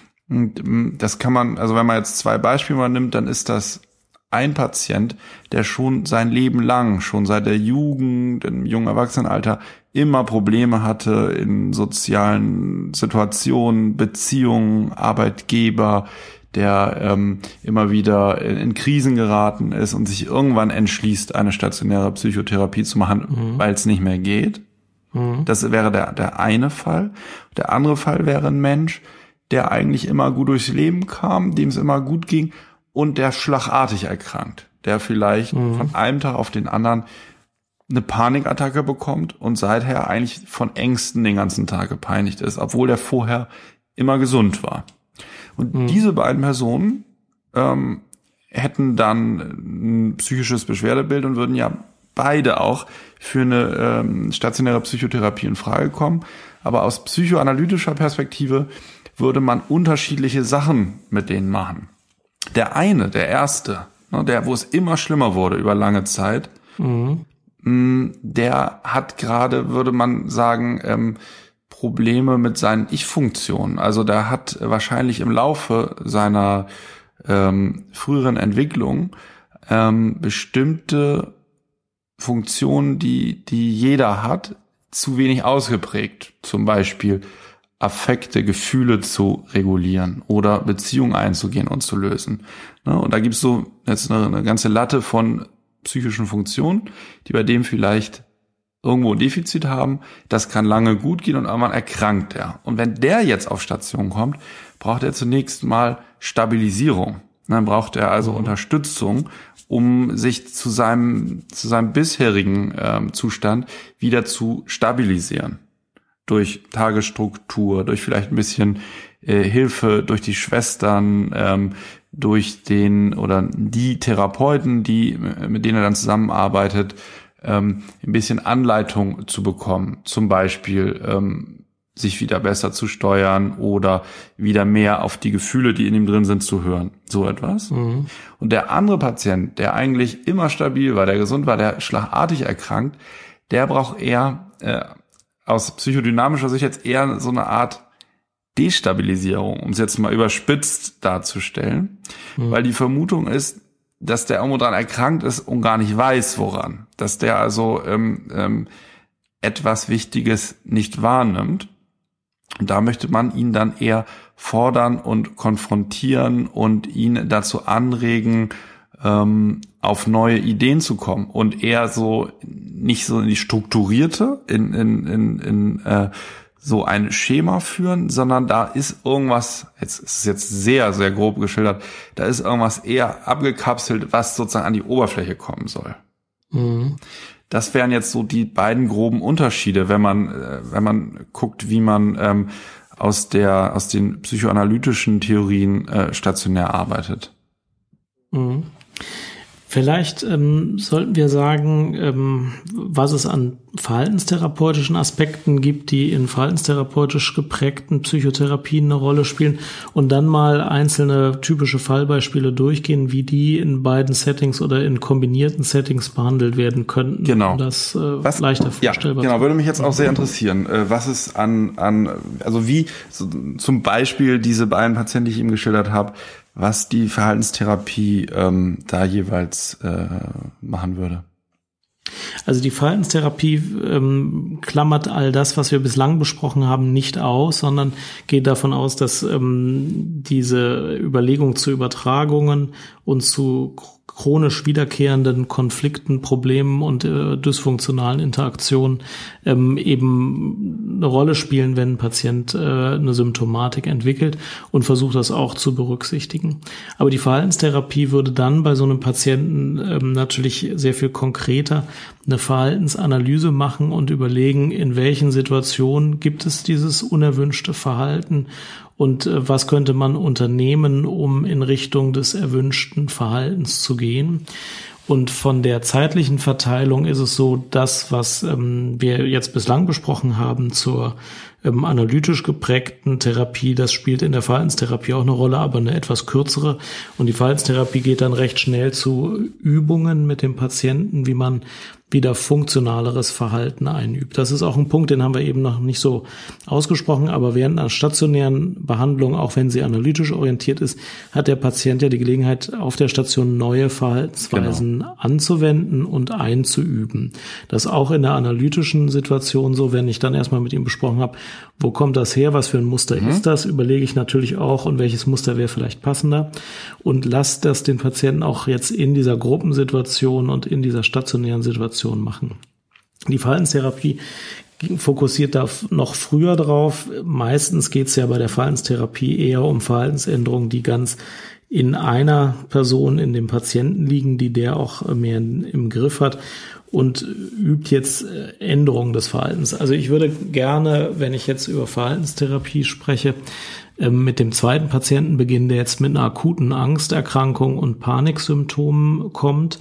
S1: Und das kann man, also wenn man jetzt zwei Beispiele mal nimmt, dann ist das ein Patient, der schon sein Leben lang, schon seit der Jugend, im jungen Erwachsenenalter, immer Probleme hatte in sozialen Situationen, Beziehungen, Arbeitgeber, der ähm, immer wieder in, in Krisen geraten ist und sich irgendwann entschließt, eine stationäre Psychotherapie zu machen, mhm. weil es nicht mehr geht. Mhm. Das wäre der, der eine Fall. Der andere Fall wäre ein Mensch, der eigentlich immer gut durchs Leben kam, dem es immer gut ging und der schlagartig erkrankt, der vielleicht mhm. von einem Tag auf den anderen eine Panikattacke bekommt und seither eigentlich von Ängsten den ganzen Tag gepeinigt ist, obwohl der vorher immer gesund war. Und mhm. diese beiden Personen ähm, hätten dann ein psychisches Beschwerdebild und würden ja beide auch für eine ähm, stationäre Psychotherapie in Frage kommen. Aber aus psychoanalytischer Perspektive würde man unterschiedliche Sachen mit denen machen. Der eine, der erste, ne, der, wo es immer schlimmer wurde über lange Zeit, mhm. mh, der hat gerade, würde man sagen, ähm, Probleme mit seinen Ich-Funktionen. Also der hat wahrscheinlich im Laufe seiner ähm, früheren Entwicklung ähm, bestimmte Funktionen, die die jeder hat, zu wenig ausgeprägt. Zum Beispiel Affekte, Gefühle zu regulieren oder Beziehungen einzugehen und zu lösen. Und da gibt's so jetzt eine, eine ganze Latte von psychischen Funktionen, die bei dem vielleicht irgendwo ein Defizit haben. Das kann lange gut gehen und irgendwann erkrankt er. Und wenn der jetzt auf Station kommt, braucht er zunächst mal Stabilisierung. Dann braucht er also mhm. Unterstützung, um sich zu seinem zu seinem bisherigen ähm, Zustand wieder zu stabilisieren. Durch Tagesstruktur, durch vielleicht ein bisschen äh, Hilfe durch die Schwestern, ähm, durch den oder die Therapeuten, die mit denen er dann zusammenarbeitet, ähm, ein bisschen Anleitung zu bekommen. Zum Beispiel ähm, sich wieder besser zu steuern oder wieder mehr auf die Gefühle, die in ihm drin sind, zu hören. So etwas. Mhm. Und der andere Patient, der eigentlich immer stabil war, der gesund war, der schlagartig erkrankt, der braucht eher äh, aus psychodynamischer Sicht jetzt eher so eine Art Destabilisierung, um es jetzt mal überspitzt darzustellen, mhm. weil die Vermutung ist, dass der irgendwo dran erkrankt ist und gar nicht weiß, woran. Dass der also ähm, ähm, etwas Wichtiges nicht wahrnimmt. Und da möchte man ihn dann eher fordern und konfrontieren und ihn dazu anregen, ähm, auf neue Ideen zu kommen und eher so nicht so in die strukturierte, in in in, in äh, so ein Schema führen, sondern da ist irgendwas, jetzt ist es jetzt sehr, sehr grob geschildert, da ist irgendwas eher abgekapselt, was sozusagen an die Oberfläche kommen soll. Mhm. Das wären jetzt so die beiden groben Unterschiede, wenn man, äh, wenn man guckt, wie man ähm, aus der, aus den psychoanalytischen Theorien äh, stationär arbeitet.
S2: Mhm. Vielleicht ähm, sollten wir sagen, ähm, was es an verhaltenstherapeutischen Aspekten gibt, die in verhaltenstherapeutisch geprägten Psychotherapien eine Rolle spielen und dann mal einzelne typische Fallbeispiele durchgehen, wie die in beiden Settings oder in kombinierten Settings behandelt werden könnten.
S1: Genau.
S2: Um das äh,
S1: was,
S2: leichter vorstellbar.
S1: Ja, genau, würde mich jetzt auch sehr interessieren, äh, was es an, an, also wie so, zum Beispiel diese beiden Patienten, die ich eben geschildert habe, was die Verhaltenstherapie ähm, da jeweils äh, machen würde.
S2: Also die Verhaltenstherapie ähm, klammert all das, was wir bislang besprochen haben, nicht aus, sondern geht davon aus, dass ähm, diese Überlegung zu Übertragungen und zu chronisch wiederkehrenden Konflikten, Problemen und äh, dysfunktionalen Interaktionen ähm, eben eine Rolle spielen, wenn ein Patient äh, eine Symptomatik entwickelt und versucht, das auch zu berücksichtigen. Aber die Verhaltenstherapie würde dann bei so einem Patienten ähm, natürlich sehr viel konkreter eine Verhaltensanalyse machen und überlegen, in welchen Situationen gibt es dieses unerwünschte Verhalten und äh, was könnte man unternehmen, um in Richtung des erwünschten Verhaltens zu gehen. Und von der zeitlichen Verteilung ist es so, das, was ähm, wir jetzt bislang besprochen haben zur ähm, analytisch geprägten Therapie, das spielt in der Verhaltenstherapie auch eine Rolle, aber eine etwas kürzere. Und die Verhaltenstherapie geht dann recht schnell zu Übungen mit dem Patienten, wie man wieder funktionaleres Verhalten einübt. Das ist auch ein Punkt, den haben wir eben noch nicht so ausgesprochen, aber während einer stationären Behandlung, auch wenn sie analytisch orientiert ist, hat der Patient ja die Gelegenheit, auf der Station neue Verhaltensweisen genau. anzuwenden und einzuüben. Das ist auch in der analytischen Situation so, wenn ich dann erstmal mit ihm besprochen habe, wo kommt das her, was für ein Muster mhm. ist das, überlege ich natürlich auch, und welches Muster wäre vielleicht passender, und lasse das den Patienten auch jetzt in dieser Gruppensituation und in dieser stationären Situation machen. Die Verhaltenstherapie fokussiert da noch früher drauf. Meistens geht es ja bei der Verhaltenstherapie eher um Verhaltensänderungen, die ganz in einer Person, in dem Patienten liegen, die der auch mehr im Griff hat, und übt jetzt Änderungen des Verhaltens. Also ich würde gerne, wenn ich jetzt über Verhaltenstherapie spreche, mit dem zweiten Patienten beginnen, der jetzt mit einer akuten Angsterkrankung und Paniksymptomen kommt.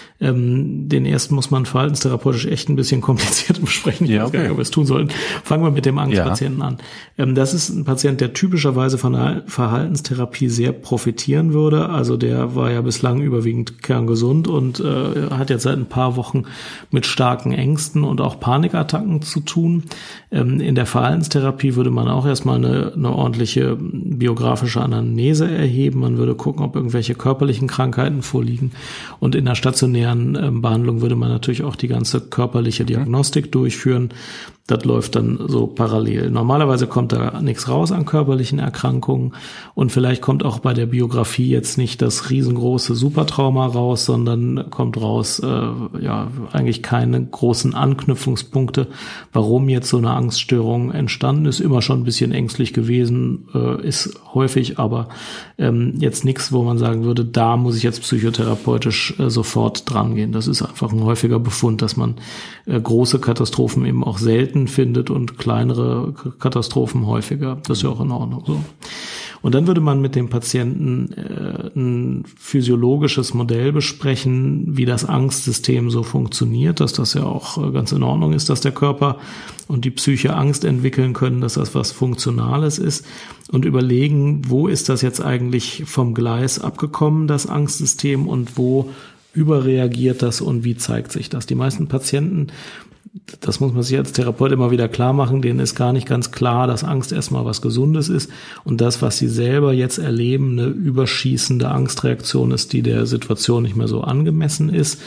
S2: Ähm, den ersten muss man verhaltenstherapeutisch echt ein bisschen kompliziert besprechen. Ich ja, weiß gar nicht, ob wir es tun sollten. Fangen wir mit dem Angstpatienten ja. an. Ähm, das ist ein Patient, der typischerweise von der Verhaltenstherapie sehr profitieren würde. Also der war ja bislang überwiegend kerngesund und äh, hat jetzt seit ein paar Wochen mit starken Ängsten und auch Panikattacken zu tun. Ähm, in der Verhaltenstherapie würde man auch erstmal eine, eine ordentliche biografische Anamnese erheben. Man würde gucken, ob irgendwelche körperlichen Krankheiten vorliegen. Und in der stationären Behandlung würde man natürlich auch die ganze körperliche Diagnostik durchführen. Das läuft dann so parallel. Normalerweise kommt da nichts raus an körperlichen Erkrankungen und vielleicht kommt auch bei der Biografie jetzt nicht das riesengroße Supertrauma raus, sondern kommt raus, äh, ja, eigentlich keine großen Anknüpfungspunkte, warum jetzt so eine Angststörung entstanden ist. Immer schon ein bisschen ängstlich gewesen, äh, ist häufig, aber ähm, jetzt nichts, wo man sagen würde, da muss ich jetzt psychotherapeutisch äh, sofort dran gehen. Das ist einfach ein häufiger Befund, dass man äh, große Katastrophen eben auch selten findet und kleinere Katastrophen häufiger. Das ist ja auch in Ordnung so. Und dann würde man mit dem Patienten äh, ein physiologisches Modell besprechen, wie das Angstsystem so funktioniert, dass das ja auch äh, ganz in Ordnung ist, dass der Körper und die Psyche Angst entwickeln können, dass das was Funktionales ist, und überlegen, wo ist das jetzt eigentlich vom Gleis abgekommen, das Angstsystem, und wo überreagiert das und wie zeigt sich das? Die meisten Patienten das muss man sich als Therapeut immer wieder klar machen, denen ist gar nicht ganz klar, dass Angst erstmal was Gesundes ist und das, was sie selber jetzt erleben, eine überschießende Angstreaktion ist, die der Situation nicht mehr so angemessen ist.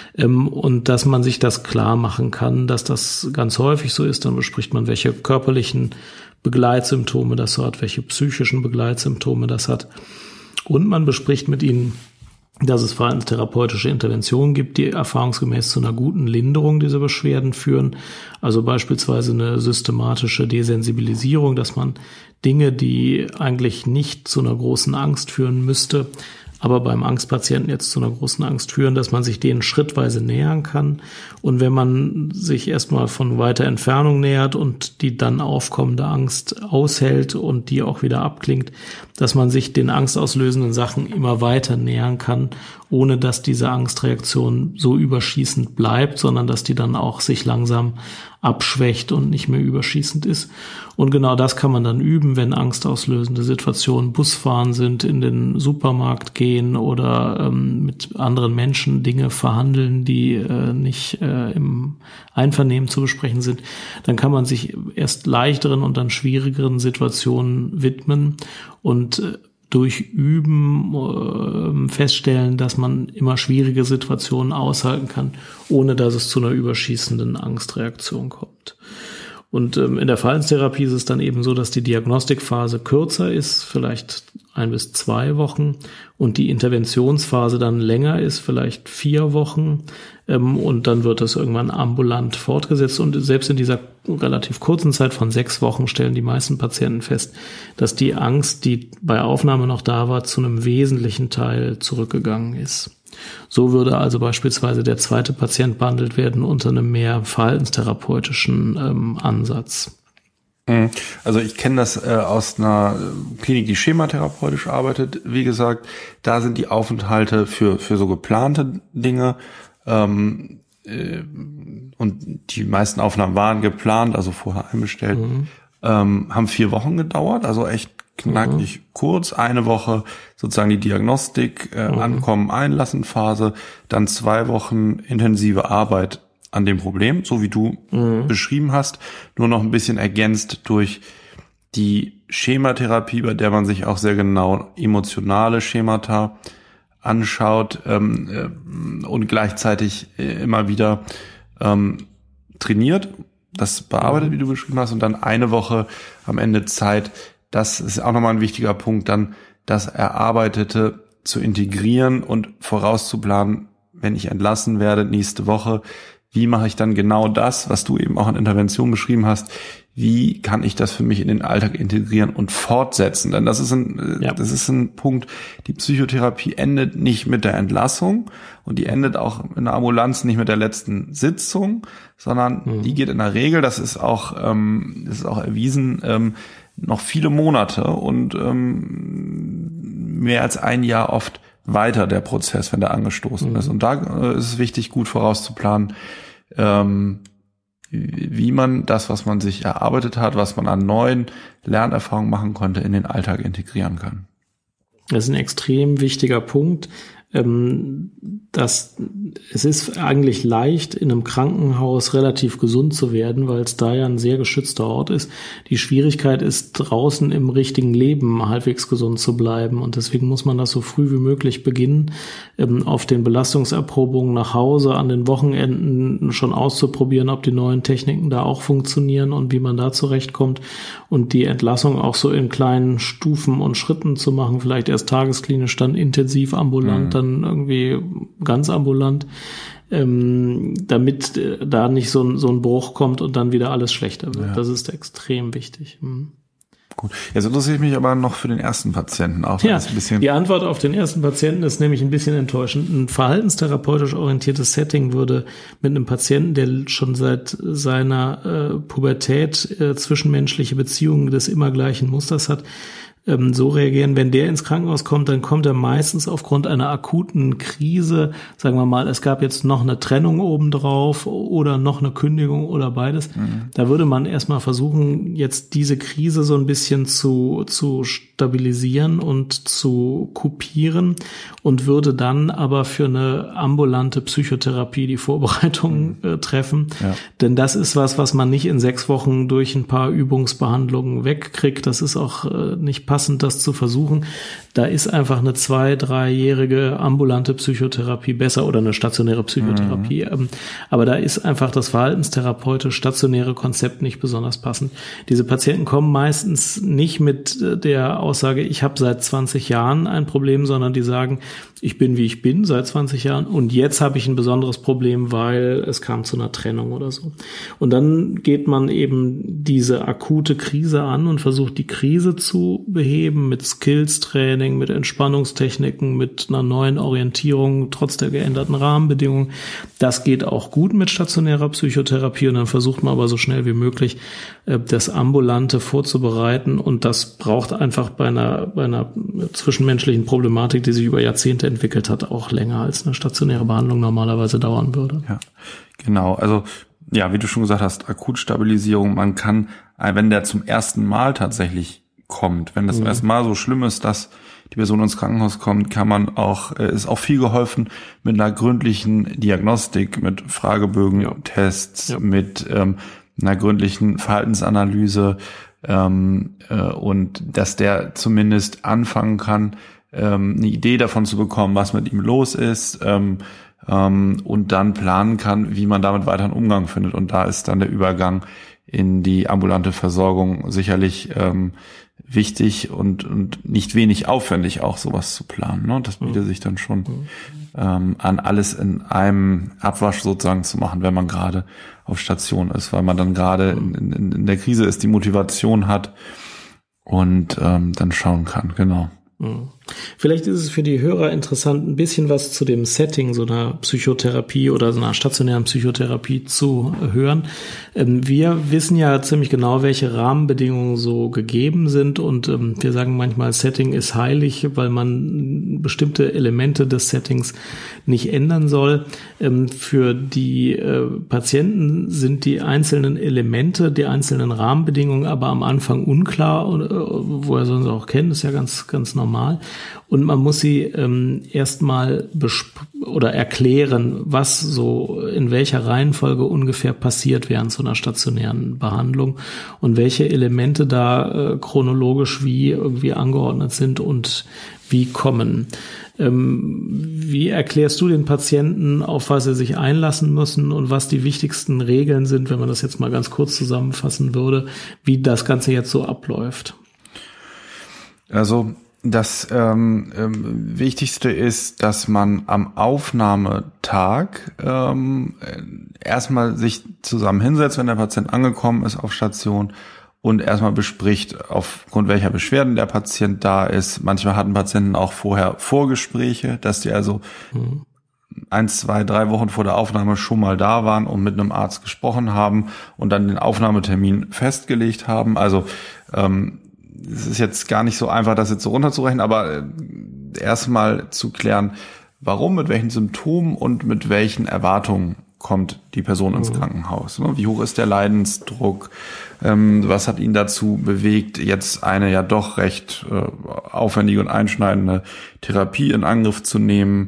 S2: Und dass man sich das klar machen kann, dass das ganz häufig so ist, dann bespricht man, welche körperlichen Begleitsymptome das hat, welche psychischen Begleitsymptome das hat. Und man bespricht mit ihnen, dass es verhaltenstherapeutische Interventionen gibt, die erfahrungsgemäß zu einer guten Linderung dieser Beschwerden führen. Also beispielsweise eine systematische Desensibilisierung, dass man Dinge, die eigentlich nicht zu einer großen Angst führen müsste, aber beim Angstpatienten jetzt zu einer großen Angst führen, dass man sich denen schrittweise nähern kann. Und wenn man sich erstmal von weiter Entfernung nähert und die dann aufkommende Angst aushält und die auch wieder abklingt, dass man sich den angstauslösenden Sachen immer weiter nähern kann, ohne dass diese Angstreaktion so überschießend bleibt, sondern dass die dann auch sich langsam abschwächt und nicht mehr überschießend ist. Und genau das kann man dann üben, wenn angstauslösende Situationen Busfahren sind, in den Supermarkt gehen oder ähm, mit anderen Menschen Dinge verhandeln, die äh, nicht äh, im Einvernehmen zu besprechen sind. Dann kann man sich erst leichteren und dann schwierigeren Situationen widmen und äh, durch Üben äh, feststellen, dass man immer schwierige Situationen aushalten kann, ohne dass es zu einer überschießenden Angstreaktion kommt. Und ähm, in der Verhaltenstherapie ist es dann eben so, dass die Diagnostikphase kürzer ist, vielleicht ein bis zwei Wochen, und die Interventionsphase dann länger ist, vielleicht vier Wochen. Ähm, und dann wird das irgendwann ambulant fortgesetzt. Und selbst in dieser relativ kurzen Zeit von sechs Wochen stellen die meisten Patienten fest, dass die Angst, die bei Aufnahme noch da war, zu einem wesentlichen Teil zurückgegangen ist. So würde also beispielsweise der zweite Patient behandelt werden unter einem mehr verhaltenstherapeutischen ähm, Ansatz.
S1: Also ich kenne das äh, aus einer Klinik, die schematherapeutisch arbeitet. Wie gesagt, da sind die Aufenthalte für für so geplante Dinge ähm, äh, und die meisten Aufnahmen waren geplant, also vorher einbestellt, mhm. ähm, haben vier Wochen gedauert, also echt knackig mhm. kurz. Eine Woche sozusagen die Diagnostik, äh, mhm. Ankommen, Einlassen Phase, dann zwei Wochen intensive Arbeit an dem Problem, so wie du mhm. beschrieben hast, nur noch ein bisschen ergänzt durch die Schematherapie, bei der man sich auch sehr genau emotionale Schemata anschaut ähm, äh, und gleichzeitig äh, immer wieder ähm, trainiert, das bearbeitet, mhm. wie du beschrieben hast, und dann eine Woche am Ende Zeit. Das ist auch nochmal ein wichtiger Punkt, dann das Erarbeitete zu integrieren und vorauszuplanen, wenn ich entlassen werde nächste Woche. Wie mache ich dann genau das, was du eben auch an Intervention beschrieben hast? Wie kann ich das für mich in den Alltag integrieren und fortsetzen? Denn das ist ein, ja. das ist ein Punkt. Die Psychotherapie endet nicht mit der Entlassung und die endet auch in der Ambulanz nicht mit der letzten Sitzung, sondern mhm. die geht in der Regel, das ist auch, ähm, das ist auch erwiesen, ähm, noch viele Monate und ähm, mehr als ein Jahr oft weiter der Prozess, wenn der angestoßen mhm. ist. Und da äh, ist es wichtig, gut vorauszuplanen, ähm, wie man das, was man sich erarbeitet hat, was man an neuen Lernerfahrungen machen konnte, in den Alltag integrieren kann.
S2: Das ist ein extrem wichtiger Punkt. Ähm, dass es ist eigentlich leicht, in einem Krankenhaus relativ gesund zu werden, weil es da ja ein sehr geschützter Ort ist. Die Schwierigkeit ist, draußen im richtigen Leben halbwegs gesund zu bleiben. Und deswegen muss man das so früh wie möglich beginnen, ähm, auf den Belastungserprobungen nach Hause, an den Wochenenden schon auszuprobieren, ob die neuen Techniken da auch funktionieren und wie man da zurechtkommt. Und die Entlassung auch so in kleinen Stufen und Schritten zu machen, vielleicht erst tagesklinisch, dann intensiv ambulant, mhm. dann irgendwie ganz ambulant, ähm, damit äh, da nicht so ein, so ein Bruch kommt und dann wieder alles schlechter wird. Ja. Das ist extrem wichtig. Mhm.
S1: Gut. Jetzt interessiert mich aber noch für den ersten Patienten auch.
S2: Ja,
S1: ein bisschen
S2: die Antwort auf den ersten Patienten ist nämlich ein bisschen enttäuschend. Ein verhaltenstherapeutisch orientiertes Setting würde mit einem Patienten, der schon seit seiner äh, Pubertät äh, zwischenmenschliche Beziehungen des immer gleichen Musters hat, so reagieren. Wenn der ins Krankenhaus kommt, dann kommt er meistens aufgrund einer akuten Krise, sagen wir mal, es gab jetzt noch eine Trennung obendrauf oder noch eine Kündigung oder beides. Mhm. Da würde man erstmal versuchen, jetzt diese Krise so ein bisschen zu, zu stabilisieren und zu kupieren und würde dann aber für eine ambulante Psychotherapie die Vorbereitung äh, treffen. Ja. Denn das ist was, was man nicht in sechs Wochen durch ein paar Übungsbehandlungen wegkriegt. Das ist auch äh, nicht passend, das zu versuchen. Da ist einfach eine zwei-, dreijährige ambulante Psychotherapie besser oder eine stationäre Psychotherapie. Mhm. Aber da ist einfach das verhaltenstherapeutisch stationäre Konzept nicht besonders passend. Diese Patienten kommen meistens nicht mit der Aussage, ich habe seit zwanzig Jahren ein Problem, sondern die sagen, ich bin, wie ich bin, seit zwanzig Jahren und jetzt habe ich ein besonderes Problem, weil es kam zu einer Trennung oder so. Und dann geht man eben diese akute Krise an und versucht, die Krise zu beheben mit Skills-Training, mit Entspannungstechniken, mit einer neuen Orientierung, trotz der geänderten Rahmenbedingungen. Das geht auch gut mit stationärer Psychotherapie und dann versucht man aber so schnell wie möglich, das Ambulante vorzubereiten und das braucht einfach bei einer, bei einer zwischenmenschlichen Problematik, die sich über Jahrzehnte entwickelt hat, auch länger als eine stationäre Behandlung normalerweise dauern würde.
S1: Ja, genau. Also ja, wie du schon gesagt hast, Akutstabilisierung, man kann, wenn der zum ersten Mal tatsächlich kommt, wenn das mhm. zum ersten Mal so schlimm ist, dass die Person ins Krankenhaus kommt, kann man auch, ist auch viel geholfen mit einer gründlichen Diagnostik, mit Fragebögen, ja. Tests, ja. mit ähm, einer gründlichen Verhaltensanalyse ähm, äh, und dass der zumindest anfangen kann, ähm, eine Idee davon zu bekommen, was mit ihm los ist ähm, ähm, und dann planen kann, wie man damit weiter einen Umgang findet. Und da ist dann der Übergang in die ambulante Versorgung sicherlich ähm, wichtig und und nicht wenig aufwendig, auch sowas zu planen. Ne? Das bietet mhm. sich dann schon mhm. ähm, an, alles in einem Abwasch sozusagen zu machen, wenn man gerade auf Station ist, weil man dann gerade mhm. in, in, in der Krise ist, die Motivation hat und ähm, dann schauen kann, genau.
S2: Mhm. Vielleicht ist es für die Hörer interessant, ein bisschen was zu dem Setting so einer Psychotherapie oder so einer stationären Psychotherapie zu hören. Wir wissen ja ziemlich genau, welche Rahmenbedingungen so gegeben sind und wir sagen manchmal, Setting ist heilig, weil man bestimmte Elemente des Settings nicht ändern soll. Für die Patienten sind die einzelnen Elemente, die einzelnen Rahmenbedingungen aber am Anfang unklar, woher sollen sie auch kennen, ist ja ganz, ganz normal. Und man muss sie ähm, erstmal besp- oder erklären, was so in welcher Reihenfolge ungefähr passiert während so einer stationären Behandlung und welche Elemente da äh, chronologisch wie irgendwie angeordnet sind und wie kommen. Ähm, wie erklärst du den Patienten, auf was sie sich einlassen müssen und was die wichtigsten Regeln sind, wenn man das jetzt mal ganz kurz zusammenfassen würde, wie das Ganze jetzt so abläuft?
S1: Also Das ähm, ähm, Wichtigste ist, dass man am Aufnahmetag ähm, erstmal sich zusammen hinsetzt, wenn der Patient angekommen ist auf Station und erstmal bespricht, aufgrund welcher Beschwerden der Patient da ist. Manchmal hatten Patienten auch vorher Vorgespräche, dass die also mhm. eins, zwei, drei Wochen vor der Aufnahme schon mal da waren und mit einem Arzt gesprochen haben und dann den Aufnahmetermin festgelegt haben. Also ähm, es ist jetzt gar nicht so einfach, das jetzt so runterzurechnen, aber erstmal zu klären, warum, mit welchen Symptomen und mit welchen Erwartungen kommt die Person ins Krankenhaus. Wie hoch ist der Leidensdruck? Was hat ihn dazu bewegt, jetzt eine ja doch recht aufwendige und einschneidende Therapie in Angriff zu nehmen?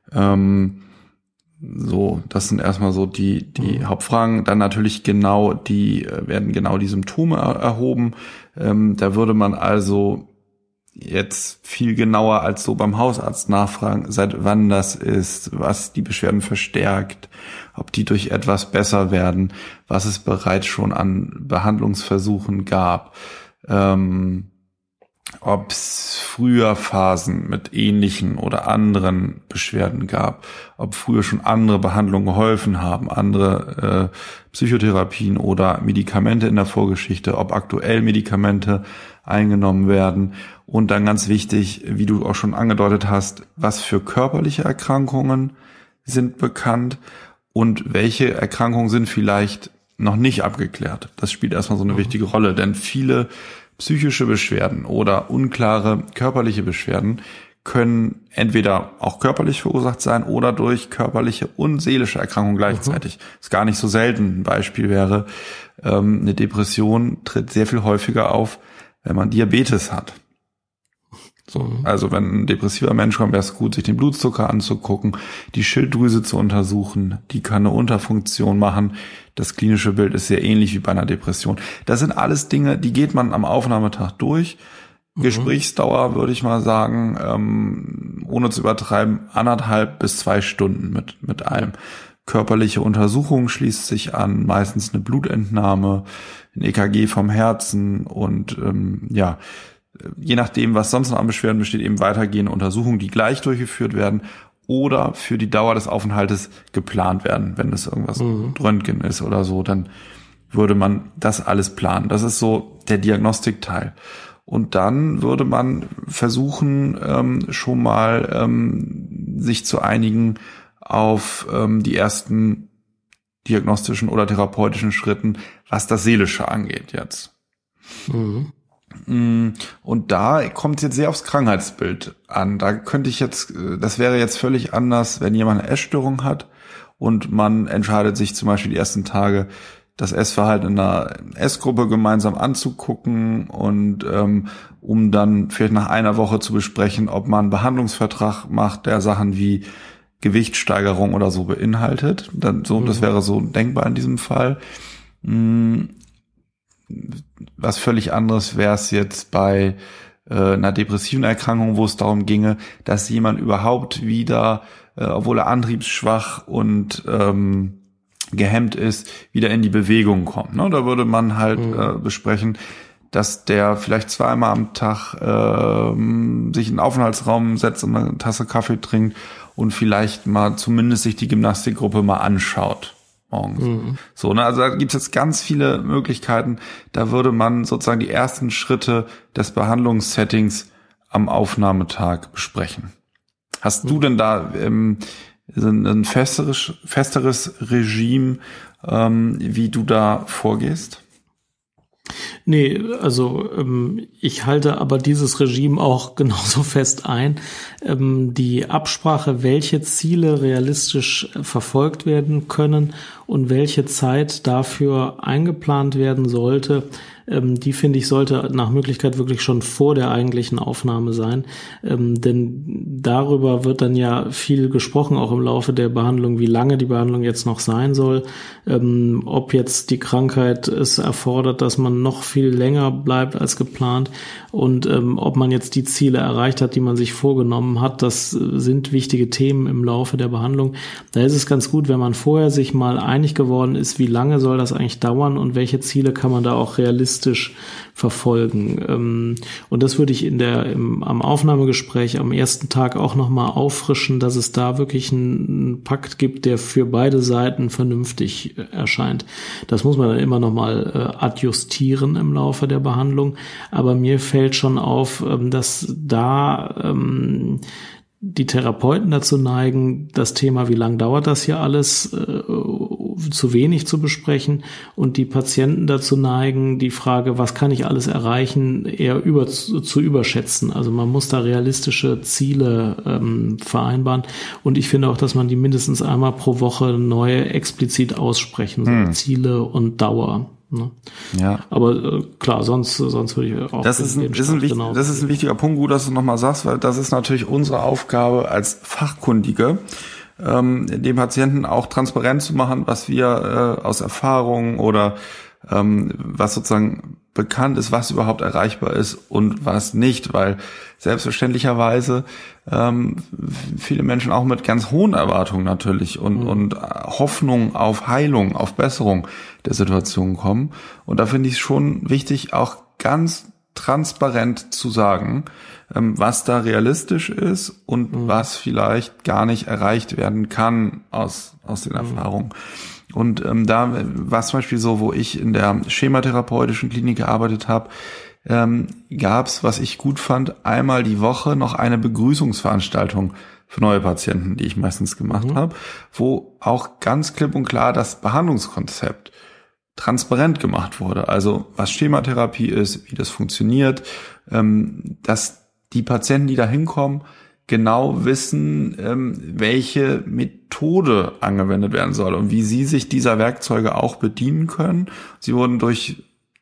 S1: So, das sind erstmal so die die mhm. Hauptfragen. Dann natürlich genau die werden genau die Symptome erhoben. Ähm, da würde man also jetzt viel genauer als so beim Hausarzt nachfragen, seit wann das ist, was die Beschwerden verstärkt, ob die durch etwas besser werden, was es bereits schon an Behandlungsversuchen gab, ähm, ob es früher Phasen mit ähnlichen oder anderen Beschwerden gab, ob früher schon andere Behandlungen geholfen haben, andere äh, Psychotherapien oder Medikamente in der Vorgeschichte, ob aktuell Medikamente eingenommen werden und dann ganz wichtig, wie du auch schon angedeutet hast, was für körperliche Erkrankungen sind bekannt und welche Erkrankungen sind vielleicht noch nicht abgeklärt. Das spielt erstmal so eine wichtige Rolle, denn viele psychische Beschwerden oder unklare körperliche Beschwerden können entweder auch körperlich verursacht sein oder durch körperliche und seelische Erkrankungen gleichzeitig. Mhm. Ist gar nicht so selten. Ein Beispiel wäre, ähm, eine Depression tritt sehr viel häufiger auf, wenn man Diabetes hat. So, also wenn ein depressiver Mensch kommt, wäre es gut, sich den Blutzucker anzugucken, die Schilddrüse zu untersuchen, die kann eine Unterfunktion machen. Das klinische Bild ist sehr ähnlich wie bei einer Depression. Das sind alles Dinge, die geht man am Aufnahmetag durch. Mhm. Gesprächsdauer, würde ich mal sagen, ähm, ohne zu übertreiben, anderthalb bis zwei Stunden mit mit allem. Körperliche Untersuchung schließt sich an, meistens eine Blutentnahme, ein E K G vom Herzen und ähm, ja, je nachdem, was sonst noch an Beschwerden besteht, eben weitergehende Untersuchungen, die gleich durchgeführt werden oder für die Dauer des Aufenthaltes geplant werden. Wenn es irgendwas mhm. Röntgen ist oder so, dann würde man das alles planen. Das ist so der Diagnostikteil. Und dann würde man versuchen, ähm, schon mal ähm, sich zu einigen auf ähm, die ersten diagnostischen oder therapeutischen Schritten, was das Seelische angeht jetzt. Mhm. Und da kommt es jetzt sehr aufs Krankheitsbild an. Da könnte ich jetzt, das wäre jetzt völlig anders, wenn jemand eine Essstörung hat und man entscheidet sich zum Beispiel die ersten Tage, das Essverhalten in einer Essgruppe gemeinsam anzugucken und ähm, um dann vielleicht nach einer Woche zu besprechen, ob man einen Behandlungsvertrag macht, der Sachen wie Gewichtssteigerung oder so beinhaltet. Dann so, mhm. Das wäre so denkbar in diesem Fall. Was völlig anderes wäre es jetzt bei äh, einer depressiven Erkrankung, wo es darum ginge, dass jemand überhaupt wieder, äh, obwohl er antriebsschwach und ähm, gehemmt ist, wieder in die Bewegung kommt. Ne? Da würde man halt mhm. äh, besprechen, dass der vielleicht zweimal am Tag äh, sich in den Aufenthaltsraum setzt und eine Tasse Kaffee trinkt und vielleicht mal zumindest sich die Gymnastikgruppe mal anschaut morgens. Mhm. So, ne, also da gibt es jetzt ganz viele Möglichkeiten. Da würde man sozusagen die ersten Schritte des Behandlungssettings am Aufnahmetag besprechen. Hast mhm. du denn da ähm, ein festeres, festeres Regime, ähm, wie du da vorgehst?
S2: Nee, also ähm, ich halte aber dieses Regime auch genauso fest ein. Ähm, die Absprache, welche Ziele realistisch verfolgt werden können und welche Zeit dafür eingeplant werden sollte, ähm, die, finde ich, sollte nach Möglichkeit wirklich schon vor der eigentlichen Aufnahme sein. Ähm, denn darüber wird dann ja viel gesprochen, auch im Laufe der Behandlung, wie lange die Behandlung jetzt noch sein soll, ähm, ob jetzt die Krankheit es erfordert, dass man noch viel länger bleibt als geplant und ähm, ob man jetzt die Ziele erreicht hat, die man sich vorgenommen hat. Das sind wichtige Themen im Laufe der Behandlung. Da ist es ganz gut, wenn man vorher sich mal einig geworden ist, wie lange soll das eigentlich dauern und welche Ziele kann man da auch realistisch verfolgen. Ähm, und das würde ich in der im, am Aufnahmegespräch am ersten Tag auch nochmal auffrischen, dass es da wirklich einen, einen Pakt gibt, der für beide Seiten vernünftig äh, erscheint. Das muss man dann immer nochmal äh, adjustieren im Laufe der Behandlung. Aber mir fällt schon auf, ähm, dass da ähm, die Therapeuten dazu neigen, das Thema, wie lang dauert das hier alles, äh, zu wenig zu besprechen und die Patienten dazu neigen, die Frage, was kann ich alles erreichen, eher über, zu, zu überschätzen. Also man muss da realistische Ziele ähm, vereinbaren und ich finde auch, dass man die mindestens einmal pro Woche neu explizit aussprechen soll, hm. Ziele und Dauer. Ne?
S1: Ja.
S2: Aber äh, klar, sonst sonst würde ich auch.
S1: Das ist ein, ist ein, wichtig, das ist ein wichtiger Punkt, gut, dass du nochmal sagst, weil das ist natürlich unsere Aufgabe als Fachkundige, ähm, dem Patienten auch transparent zu machen, was wir äh, aus Erfahrung oder ähm, was sozusagen bekannt ist, was überhaupt erreichbar ist und was nicht, weil selbstverständlicherweise ähm, viele Menschen auch mit ganz hohen Erwartungen natürlich und, mhm. und Hoffnung auf Heilung, auf Besserung der Situation kommen. Und da finde ich es schon wichtig, auch ganz transparent zu sagen, ähm, was da realistisch ist und mhm. was vielleicht gar nicht erreicht werden kann aus, aus den mhm. Erfahrungen. Und ähm, da war es zum Beispiel so, wo ich in der schematherapeutischen Klinik gearbeitet habe, ähm, gab es, was ich gut fand, einmal die Woche noch eine Begrüßungsveranstaltung für neue Patienten, die ich meistens gemacht mhm. habe, wo auch ganz klipp und klar das Behandlungskonzept transparent gemacht wurde. Also was Schematherapie ist, wie das funktioniert, ähm, dass die Patienten, die da hinkommen, genau wissen, ähm, welche Methode angewendet werden soll und wie sie sich dieser Werkzeuge auch bedienen können. Sie wurden durch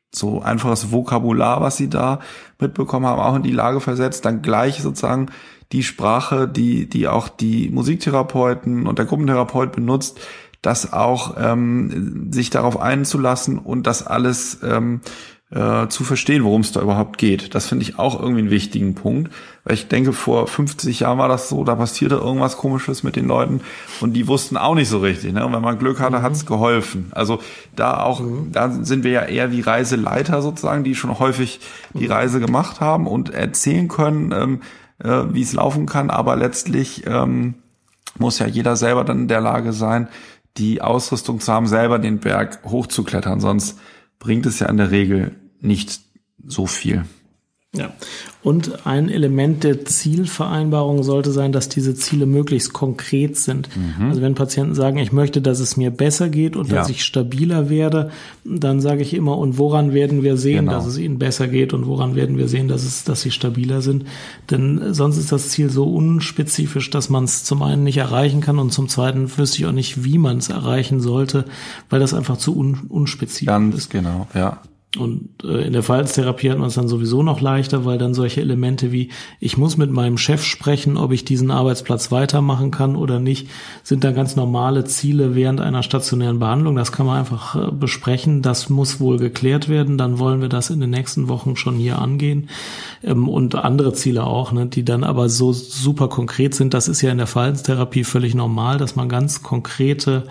S1: so einfaches Vokabular, was sie da mitbekommen haben, auch in die Lage versetzt, dann gleich sozusagen die Sprache, die die auch die Musiktherapeuten und der Gruppentherapeut benutzt, das auch ähm, sich darauf einzulassen und das alles ähm, äh, zu verstehen, worum es da überhaupt geht. Das finde ich auch irgendwie einen wichtigen Punkt, weil ich denke, vor fünfzig Jahren war das so, da passierte irgendwas Komisches mit den Leuten und die wussten auch nicht so richtig. Ne? Und wenn man Glück hatte, mhm. hat es geholfen. Also da auch, mhm. da sind wir ja eher wie Reiseleiter sozusagen, die schon häufig die Reise gemacht haben und erzählen können, ähm, äh, wie es laufen kann. Aber letztlich ähm, muss ja jeder selber dann in der Lage sein, die Ausrüstung zu haben, selber den Berg hochzuklettern. Sonst bringt es ja in der Regel nicht so viel.
S2: Ja, und ein Element der Zielvereinbarung sollte sein, dass diese Ziele möglichst konkret sind. Mhm. Also wenn Patienten sagen, ich möchte, dass es mir besser geht und ja. dass ich stabiler werde, dann sage ich immer, und woran werden wir sehen, genau. dass es ihnen besser geht und woran werden wir sehen, dass es, dass sie stabiler sind? Denn sonst ist das Ziel so unspezifisch, dass man es zum einen nicht erreichen kann und zum zweiten wüsste ich auch nicht, wie man es erreichen sollte, weil das einfach zu un, unspezifisch
S1: Ganz
S2: ist.
S1: Genau, ja.
S2: Und äh, in der Verhaltenstherapie hat man es dann sowieso noch leichter, weil dann solche Elemente wie, ich muss mit meinem Chef sprechen, ob ich diesen Arbeitsplatz weitermachen kann oder nicht, sind dann ganz normale Ziele während einer stationären Behandlung. Das kann man einfach äh, besprechen. Das muss wohl geklärt werden. Dann wollen wir das in den nächsten Wochen schon hier angehen. Ähm, und andere Ziele auch, ne, die dann aber so super konkret sind. Das ist ja in der Verhaltenstherapie völlig normal, dass man ganz konkrete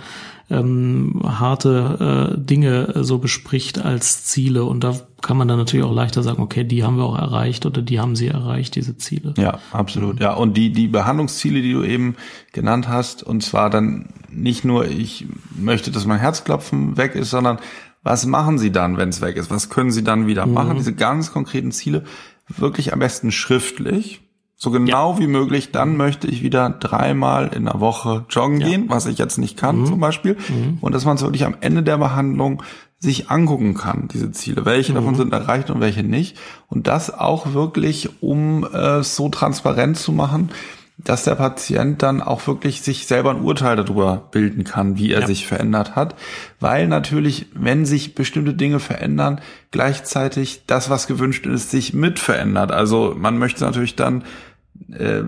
S2: Ähm, harte äh, Dinge äh, so bespricht als Ziele und da kann man dann natürlich auch leichter sagen, okay, die haben wir auch erreicht oder die haben sie erreicht, diese Ziele.
S1: Ja, absolut. Ja, und die die Behandlungsziele, die du eben genannt hast, und zwar dann nicht nur, ich möchte, dass mein Herzklopfen weg ist, sondern was machen sie dann, wenn es weg ist? Was können sie dann wieder mhm. machen? Diese ganz konkreten Ziele wirklich am besten schriftlich. So genau ja. wie möglich, dann möchte ich wieder dreimal in der Woche joggen ja. gehen, was ich jetzt nicht kann mhm. zum Beispiel. Mhm. Und dass man es wirklich am Ende der Behandlung sich angucken kann, diese Ziele. Welche mhm. davon sind erreicht und welche nicht. Und das auch wirklich, um äh, so transparent zu machen, dass der Patient dann auch wirklich sich selber ein Urteil darüber bilden kann, wie er ja. sich verändert hat. Weil natürlich, wenn sich bestimmte Dinge verändern, gleichzeitig das, was gewünscht ist, sich mit verändert. Also man möchte natürlich dann, äh,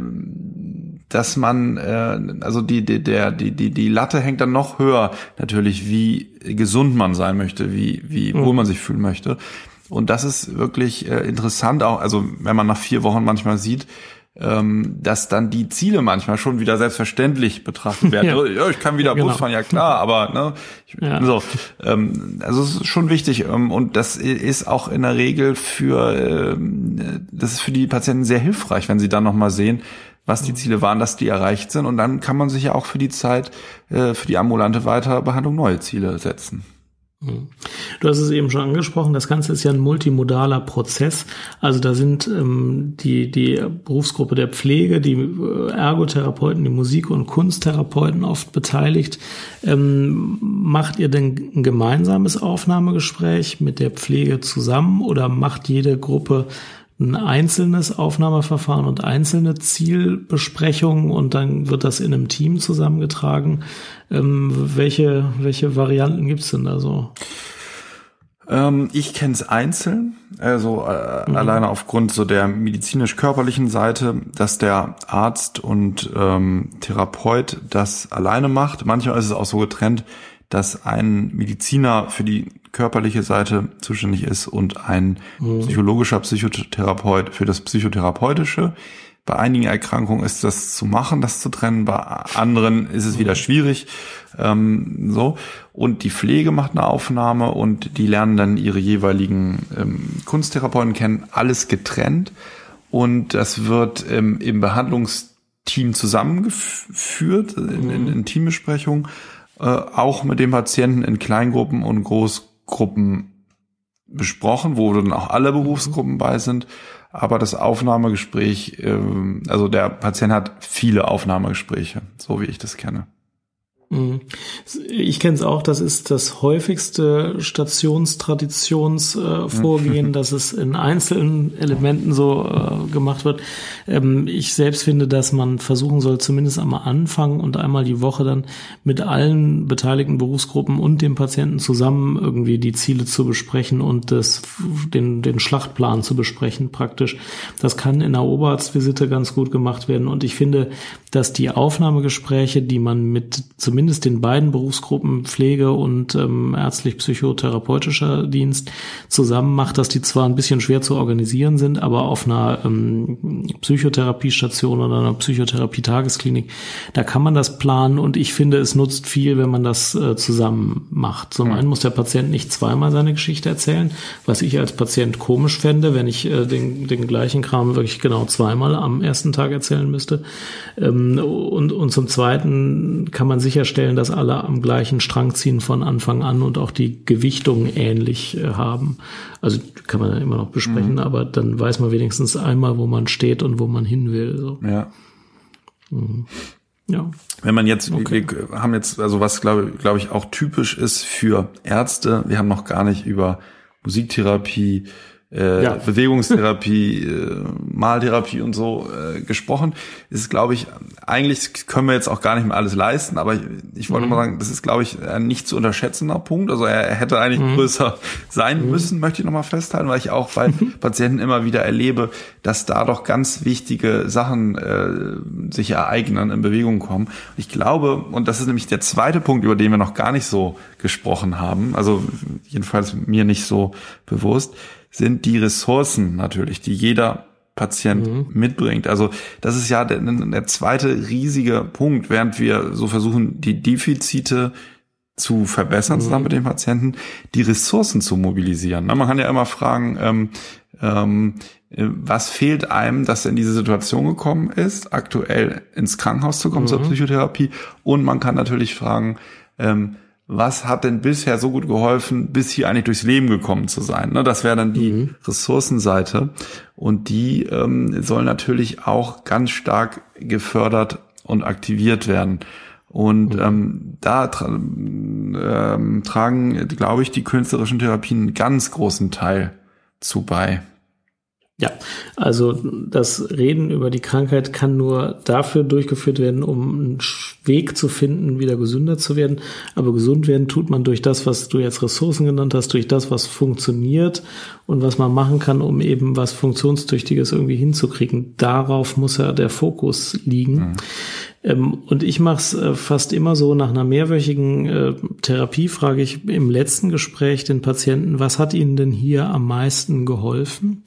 S1: dass man, äh, also die, die, der, die, die, die Latte hängt dann noch höher, natürlich, wie gesund man sein möchte, wie, wie wohl man sich fühlen möchte. Und das ist wirklich äh, interessant auch, also wenn man nach vier Wochen manchmal sieht, ähm, dass dann die Ziele manchmal schon wieder selbstverständlich betrachtet werden. ja. ja, ich kann wieder Bus genau. fahren, ja klar, aber ne, ich, ja. so. Ähm, also es ist schon wichtig ähm, und das ist auch in der Regel für, ähm, das ist für die Patienten sehr hilfreich, wenn sie dann nochmal sehen, was die Ziele waren, dass die erreicht sind und dann kann man sich ja auch für die Zeit, äh, für die ambulante Weiterbehandlung neue Ziele setzen.
S2: Du hast es eben schon angesprochen, das Ganze ist ja ein multimodaler Prozess. Also da sind ähm, die die Berufsgruppe der Pflege, die Ergotherapeuten, die Musik- und Kunsttherapeuten oft beteiligt. Ähm, macht ihr denn ein gemeinsames Aufnahmegespräch mit der Pflege zusammen oder macht jede Gruppe ein einzelnes Aufnahmeverfahren und einzelne Zielbesprechungen und dann wird das in einem Team zusammengetragen? Ähm, welche, welche Varianten gibt's denn da so?
S1: Ähm, ich kenne es einzeln, also äh, mhm. alleine aufgrund so der medizinisch-körperlichen Seite, dass der Arzt und ähm, Therapeut das alleine macht. Manchmal ist es auch so getrennt, dass ein Mediziner für die körperliche Seite zuständig ist und ein mhm. psychologischer Psychotherapeut für das Psychotherapeutische. Bei einigen Erkrankungen ist das zu machen, das zu trennen. Bei anderen ist es wieder schwierig. Ähm, so und die Pflege macht eine Aufnahme und die lernen dann ihre jeweiligen ähm, Kunsttherapeuten kennen. Alles getrennt und das wird ähm, im Behandlungsteam zusammengeführt in, in, in Teambesprechungen. Auch mit dem Patienten in Kleingruppen und Großgruppen besprochen, wo dann auch alle Berufsgruppen bei sind. Aber das Aufnahmegespräch, also der Patient hat viele Aufnahmegespräche, so wie ich das kenne.
S2: Ich kenne es auch, das ist das häufigste Stationstraditionsvorgehen, äh, dass es in einzelnen Elementen so äh, gemacht wird. Ähm, ich selbst finde, dass man versuchen soll, zumindest am Anfang und einmal die Woche dann mit allen beteiligten Berufsgruppen und dem Patienten zusammen irgendwie die Ziele zu besprechen und das, den, den Schlachtplan zu besprechen praktisch. Das kann in der Oberarztvisite ganz gut gemacht werden und ich finde, dass die Aufnahmegespräche, die man mit zumindest den beiden Berufsgruppen Pflege und ähm, ärztlich-psychotherapeutischer Dienst zusammen macht, dass die zwar ein bisschen schwer zu organisieren sind, aber auf einer ähm, Psychotherapiestation oder einer Psychotherapie-Tagesklinik, da kann man das planen und ich finde, es nutzt viel, wenn man das äh, zusammen macht. Zum einen muss der Patient nicht zweimal seine Geschichte erzählen, was ich als Patient komisch fände, wenn ich äh, den, den gleichen Kram wirklich genau zweimal am ersten Tag erzählen müsste. Ähm, und, und zum Zweiten kann man sicherstellen, dass alle am gleichen Strang ziehen von Anfang an und auch die Gewichtung ähnlich äh, haben. Also kann man ja immer noch besprechen, mhm. aber dann weiß man wenigstens einmal, wo man steht und wo man hin will. So.
S1: Ja.
S2: Mhm. Ja.
S1: Wenn man jetzt,
S2: Okay.
S1: wir haben jetzt, also was glaube glaube ich auch typisch ist für Ärzte, wir haben noch gar nicht über Musiktherapie, Äh, ja. Bewegungstherapie, äh, Maltherapie und so äh, gesprochen. Das ist, glaube ich, eigentlich können wir jetzt auch gar nicht mehr alles leisten, aber ich, ich wollte mhm. mal sagen, das ist, glaube ich, ein nicht zu unterschätzender Punkt. Also er, er hätte eigentlich mhm. größer sein mhm. müssen, möchte ich nochmal festhalten, weil ich auch bei Patienten immer wieder erlebe, dass da doch ganz wichtige Sachen äh, sich ereignen, in Bewegung kommen. Ich glaube, und das ist nämlich der zweite Punkt, über den wir noch gar nicht so gesprochen haben, also jedenfalls mir nicht so bewusst, sind die Ressourcen natürlich, die jeder Patient mhm. mitbringt. Also das ist ja der, der zweite riesige Punkt, während wir so versuchen, die Defizite zu verbessern mhm. zusammen mit den Patienten, die Ressourcen zu mobilisieren. Man kann ja immer fragen, ähm, ähm, was fehlt einem, dass er in diese Situation gekommen ist, aktuell ins Krankenhaus zu kommen mhm. zur Psychotherapie. Und man kann natürlich fragen, ähm, was hat denn bisher so gut geholfen, bis hier eigentlich durchs Leben gekommen zu sein? Das wäre dann die mhm. Ressourcenseite. Und die ähm, soll natürlich auch ganz stark gefördert und aktiviert werden. Und mhm. ähm, da tra- ähm, tragen, glaube ich, die künstlerischen Therapien einen ganz großen Teil zu bei.
S2: Ja, also das Reden über die Krankheit kann nur dafür durchgeführt werden, um einen Weg zu finden, wieder gesünder zu werden. Aber gesund werden tut man durch das, was du jetzt Ressourcen genannt hast, durch das, was funktioniert und was man machen kann, um eben was Funktionstüchtiges irgendwie hinzukriegen. Darauf muss ja der Fokus liegen. Mhm. Ähm, und ich mache es äh, fast immer so, nach einer mehrwöchigen äh, Therapie frage ich im letzten Gespräch den Patienten, was hat Ihnen denn hier am meisten geholfen?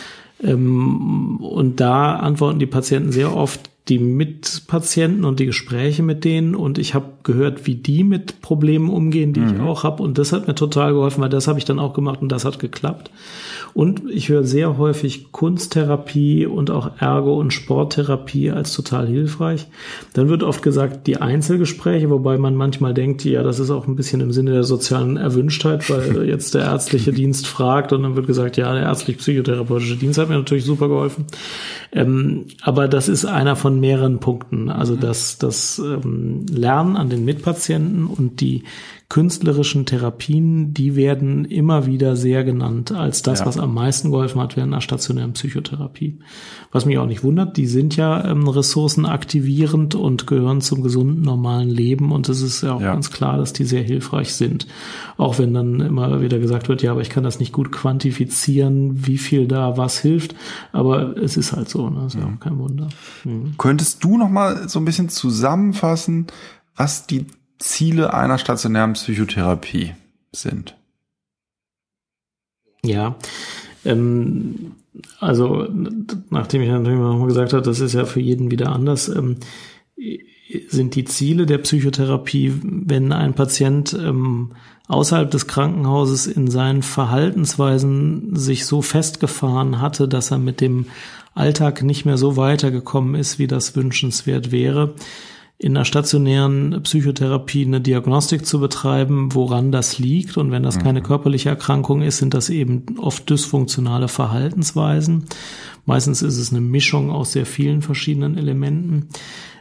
S2: Und da antworten die Patienten sehr oft, die Mitpatienten und die Gespräche mit denen. Und ich habe gehört, wie die mit Problemen umgehen, die mhm. ich auch habe. Und das hat mir total geholfen, weil das habe ich dann auch gemacht und das hat geklappt. Und ich höre sehr häufig Kunsttherapie und auch Ergo- und Sporttherapie als total hilfreich. Dann wird oft gesagt, die Einzelgespräche, wobei man manchmal denkt, ja, das ist auch ein bisschen im Sinne der sozialen Erwünschtheit, weil jetzt der ärztliche Dienst fragt und dann wird gesagt, ja, der ärztlich-psychotherapeutische Dienst hat mir natürlich super geholfen. Ähm, aber das ist einer von mehreren Punkten. Also das, das ähm, Lernen an den Mitpatienten und die künstlerischen Therapien, die werden immer wieder sehr genannt als das, ja. was am meisten geholfen hat während einer stationären Psychotherapie. Was mich auch nicht wundert, die sind ja ähm, ressourcenaktivierend und gehören zum gesunden, normalen Leben und es ist ja auch ja. ganz klar, dass die sehr hilfreich sind. Auch wenn dann immer wieder gesagt wird, ja, aber ich kann das nicht gut quantifizieren, wie viel da was hilft, aber es ist halt so, ne? Das ist ja auch kein Wunder. Mhm.
S1: Könntest du noch mal so ein bisschen zusammenfassen, was die Ziele einer stationären Psychotherapie sind?
S2: Ja, ähm, also nachdem ich natürlich nochmal gesagt habe, das ist ja für jeden wieder anders, ähm, sind die Ziele der Psychotherapie, wenn ein Patient ähm, außerhalb des Krankenhauses in seinen Verhaltensweisen sich so festgefahren hatte, dass er mit dem Alltag nicht mehr so weitergekommen ist, wie das wünschenswert wäre, in einer stationären Psychotherapie eine Diagnostik zu betreiben, woran das liegt. Und wenn das keine körperliche Erkrankung ist, sind das eben oft dysfunktionale Verhaltensweisen. Meistens ist es eine Mischung aus sehr vielen verschiedenen Elementen.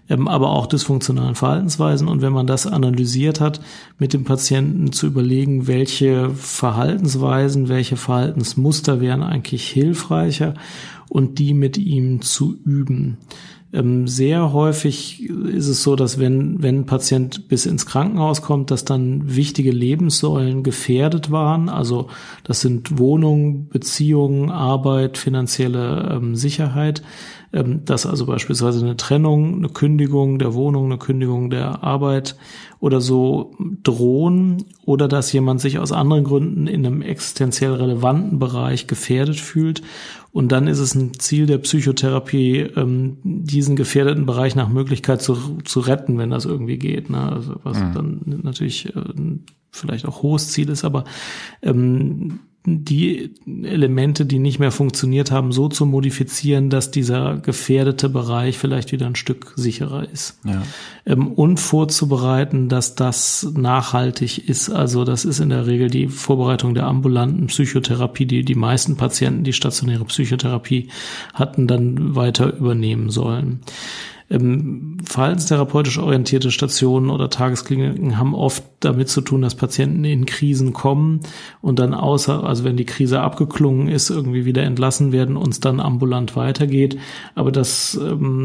S2: ähm, aber auch dysfunktionalen Verhaltensweisen. Und wenn man das analysiert hat, mit dem Patienten zu überlegen, welche Verhaltensweisen, welche Verhaltensmuster wären eigentlich hilfreicher und die mit ihm zu üben. Ähm, sehr häufig ist es so, dass wenn, wenn ein Patient bis ins Krankenhaus kommt, dass dann wichtige Lebenssäulen gefährdet waren. Also das sind Wohnung, Beziehungen, Arbeit, finanzielle ähm, Sicherheit. Ähm, dass also beispielsweise eine Trennung, eine Kündigung der Wohnung, eine Kündigung der Arbeit oder so drohen oder dass jemand sich aus anderen Gründen in einem existenziell relevanten Bereich gefährdet fühlt. Und dann ist es ein Ziel der Psychotherapie, ähm, diesen gefährdeten Bereich nach Möglichkeit zu, zu retten, wenn das irgendwie geht. Ne? Also was mhm. dann natürlich äh, vielleicht auch hohes Ziel ist, aber ähm, die Elemente, die nicht mehr funktioniert haben, so zu modifizieren, dass dieser gefährdete Bereich vielleicht wieder ein Stück sicherer ist. Ja. Ähm, und vorzubereiten, dass das nachhaltig ist. Also das ist in der Regel die Vorbereitung der ambulanten Psychotherapie, die die meisten Patienten, die stationäre Psychotherapie hatten, dann weiter übernehmen sollen. Ähm, verhaltenstherapeutisch orientierte Stationen oder Tageskliniken haben oft damit zu tun, dass Patienten in Krisen kommen und dann außer, also wenn die Krise abgeklungen ist, irgendwie wieder entlassen werden und es dann ambulant weitergeht. Aber das,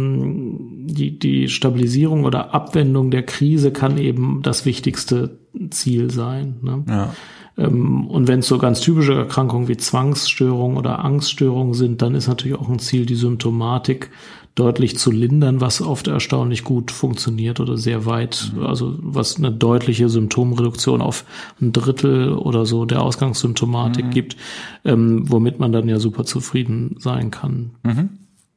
S2: ähm, die, die Stabilisierung oder Abwendung der Krise kann eben das wichtigste Ziel sein. Ne? Ja. Und wenn es so ganz typische Erkrankungen wie Zwangsstörungen oder Angststörungen sind, dann ist natürlich auch ein Ziel, die Symptomatik deutlich zu lindern, was oft erstaunlich gut funktioniert oder sehr weit, also was eine deutliche Symptomreduktion auf ein Drittel oder so der Ausgangssymptomatik mhm. gibt, ähm, womit man dann ja super zufrieden sein kann.
S1: Mhm.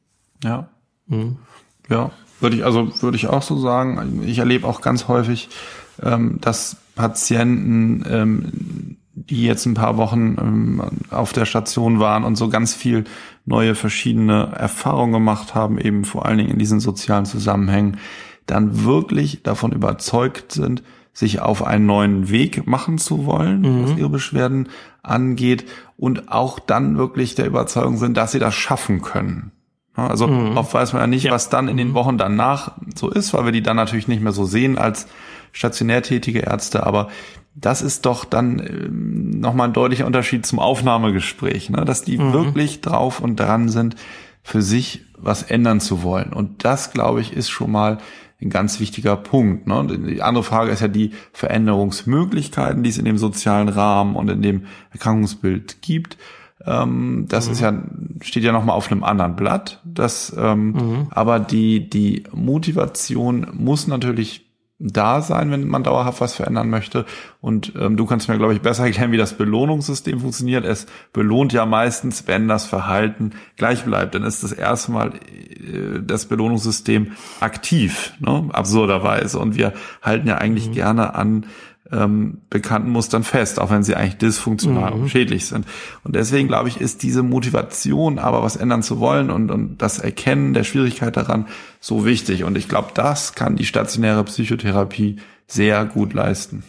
S1: Ja. Mhm. Ja, würde ich, also würde ich auch so sagen. Ich erlebe auch ganz häufig, ähm, dass Patienten, ähm, die jetzt ein paar Wochen ähm, auf der Station waren und so ganz viel neue verschiedene Erfahrungen gemacht haben, eben vor allen Dingen in diesen sozialen Zusammenhängen, dann wirklich davon überzeugt sind, sich auf einen neuen Weg machen zu wollen, mhm. was ihre Beschwerden angeht, und auch dann wirklich der Überzeugung sind, dass sie das schaffen können. Also mhm. oft weiß man ja nicht, ja. was dann in den Wochen danach so ist, weil wir die dann natürlich nicht mehr so sehen als stationär tätige Ärzte, aber das ist doch dann ähm, nochmal ein deutlicher Unterschied zum Aufnahmegespräch, ne? Dass die mhm. wirklich drauf und dran sind, für sich was ändern zu wollen. Und das, glaube ich, ist schon mal ein ganz wichtiger Punkt. Ne? Die andere Frage ist ja die Veränderungsmöglichkeiten, die es in dem sozialen Rahmen und in dem Erkrankungsbild gibt. Ähm, das mhm. ist ja, steht ja nochmal auf einem anderen Blatt. Das, ähm, mhm. aber die, die Motivation muss natürlich da sein, wenn man dauerhaft was verändern möchte. Und ähm, du kannst mir, glaube ich, besser erklären, wie das Belohnungssystem funktioniert. Es belohnt ja meistens, wenn das Verhalten gleich bleibt. Dann ist das erste Mal äh, das Belohnungssystem aktiv, ne? Absurderweise. Und wir halten ja eigentlich mhm. gerne an ähm, bekannten Mustern fest, auch wenn sie eigentlich dysfunktional mhm. und schädlich sind. Und deswegen, glaube ich, ist diese Motivation, aber was ändern zu wollen und, und das Erkennen der Schwierigkeit daran so wichtig. Und ich glaube, das kann die stationäre Psychotherapie sehr gut leisten.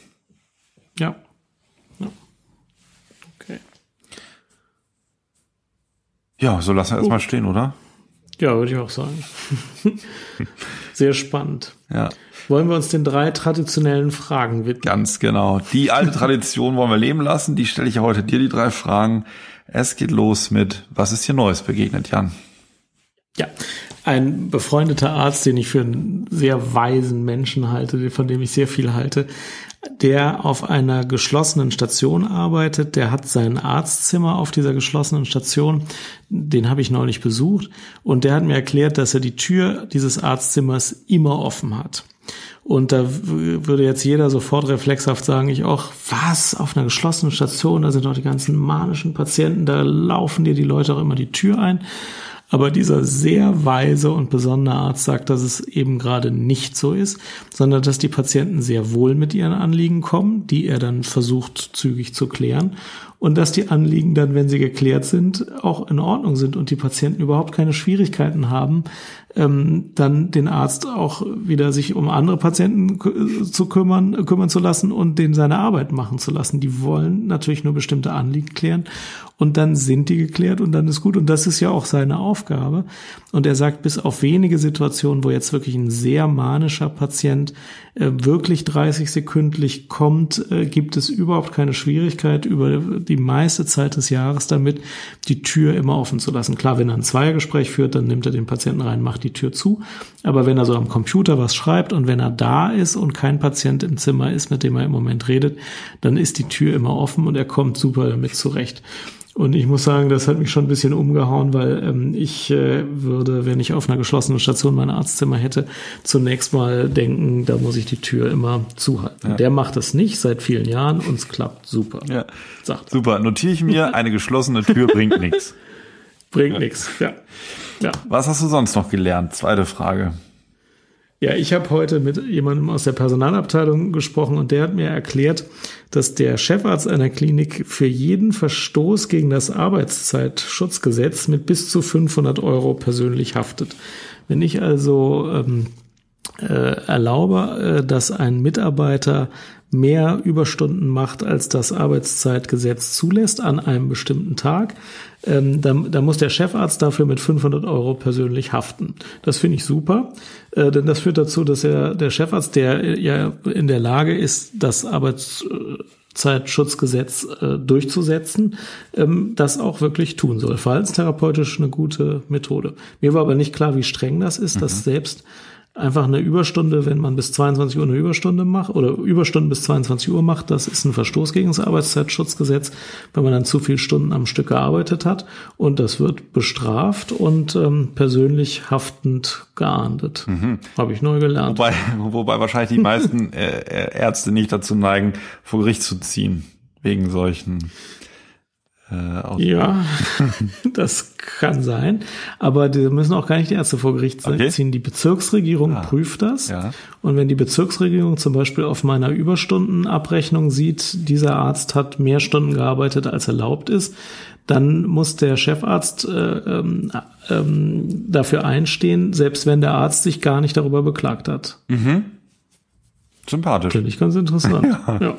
S2: Ja. ja. Okay.
S1: Ja, so lassen wir uh. erstmal stehen, oder?
S2: Ja, würde ich auch sagen. Sehr spannend.
S1: Ja.
S2: Wollen wir uns den drei traditionellen Fragen widmen?
S1: Ganz genau. Die alte Tradition wollen wir leben lassen. Die stelle ich ja heute dir, die drei Fragen. Es geht los mit, was ist dir Neues begegnet, Jan?
S2: Ja, ein befreundeter Arzt, den ich für einen sehr weisen Menschen halte, von dem ich sehr viel halte, der auf einer geschlossenen Station arbeitet, der hat sein Arztzimmer auf dieser geschlossenen Station, den habe ich neulich besucht, und der hat mir erklärt, dass er die Tür dieses Arztzimmers immer offen hat. Und da würde jetzt jeder sofort reflexhaft sagen, ich auch, was, auf einer geschlossenen Station, da sind doch die ganzen manischen Patienten, da laufen dir die Leute auch immer die Tür ein. Aber dieser sehr weise und besondere Arzt sagt, dass es eben gerade nicht so ist, sondern dass die Patienten sehr wohl mit ihren Anliegen kommen, die er dann versucht zügig zu klären. und dass die Anliegen dann, wenn sie geklärt sind, auch in Ordnung sind und die Patienten überhaupt keine Schwierigkeiten haben, ähm, dann den Arzt auch wieder sich um andere Patienten k- zu kümmern, kümmern zu lassen und denen seine Arbeit machen zu lassen. Die wollen natürlich nur bestimmte Anliegen klären und dann sind die geklärt und dann ist gut und das ist ja auch seine Aufgabe. Und er sagt, bis auf wenige Situationen, wo jetzt wirklich ein sehr manischer Patient äh, wirklich dreißig sekündlich kommt, äh, gibt es überhaupt keine Schwierigkeit über die meiste Zeit des Jahres damit, die Tür immer offen zu lassen. Klar, wenn er ein Zweiergespräch führt, dann nimmt er den Patienten rein, macht die Tür zu. Aber wenn er so am Computer was schreibt und wenn er da ist und kein Patient im Zimmer ist, mit dem er im Moment redet, dann ist die Tür immer offen und er kommt super damit zurecht. Und ich muss sagen, das hat mich schon ein bisschen umgehauen, weil ähm, ich äh, würde, wenn ich auf einer geschlossenen Station mein Arztzimmer hätte, zunächst mal denken, da muss ich die Tür immer zuhalten. Ja. Der macht das nicht seit vielen Jahren und es klappt super.
S1: Ja. Sagt super, notiere ich mir, eine geschlossene Tür bringt nichts.
S2: Bringt ja. nichts, ja. ja.
S1: Was hast du sonst noch gelernt? Zweite Frage.
S2: Ja, ich habe heute mit jemandem aus der Personalabteilung gesprochen und der hat mir erklärt, dass der Chefarzt einer Klinik für jeden Verstoß gegen das Arbeitszeitschutzgesetz mit bis zu fünfhundert Euro persönlich haftet. Wenn ich also ähm, äh, erlaube, äh, dass ein Mitarbeiter mehr Überstunden macht, als das Arbeitszeitgesetz zulässt an einem bestimmten Tag, ähm, da, da muss der Chefarzt dafür mit fünfhundert Euro persönlich haften. Das finde ich super, äh, denn das führt dazu, dass er, der Chefarzt, der ja in der Lage ist, das Arbeitszeitschutzgesetz äh, durchzusetzen, ähm, das auch wirklich tun soll. Verhaltenstherapeutisch eine gute Methode. Mir war aber nicht klar, wie streng das ist, mhm. dass selbst einfach eine Überstunde, wenn man bis zweiundzwanzig Uhr eine Überstunde macht oder Überstunden bis zweiundzwanzig Uhr macht, das ist ein Verstoß gegen das Arbeitszeitschutzgesetz, wenn man dann zu viele Stunden am Stück gearbeitet hat und das wird bestraft und ähm, persönlich haftend geahndet. Mhm. Habe ich neu gelernt.
S1: Wobei, wobei wahrscheinlich die meisten äh, Ärzte nicht dazu neigen, vor Gericht zu ziehen wegen solchen
S2: Ja, das kann sein. Aber die müssen auch gar nicht die Ärzte vor Gericht okay. ziehen. Die Bezirksregierung ah, prüft das. Ja. Und wenn die Bezirksregierung zum Beispiel auf meiner Überstundenabrechnung sieht, dieser Arzt hat mehr Stunden gearbeitet, als erlaubt ist, dann muss der Chefarzt äh, ähm, ähm, dafür einstehen, selbst wenn der Arzt sich gar nicht darüber beklagt hat.
S1: Mhm. Sympathisch.
S2: Finde ich ganz interessant. ja. ja.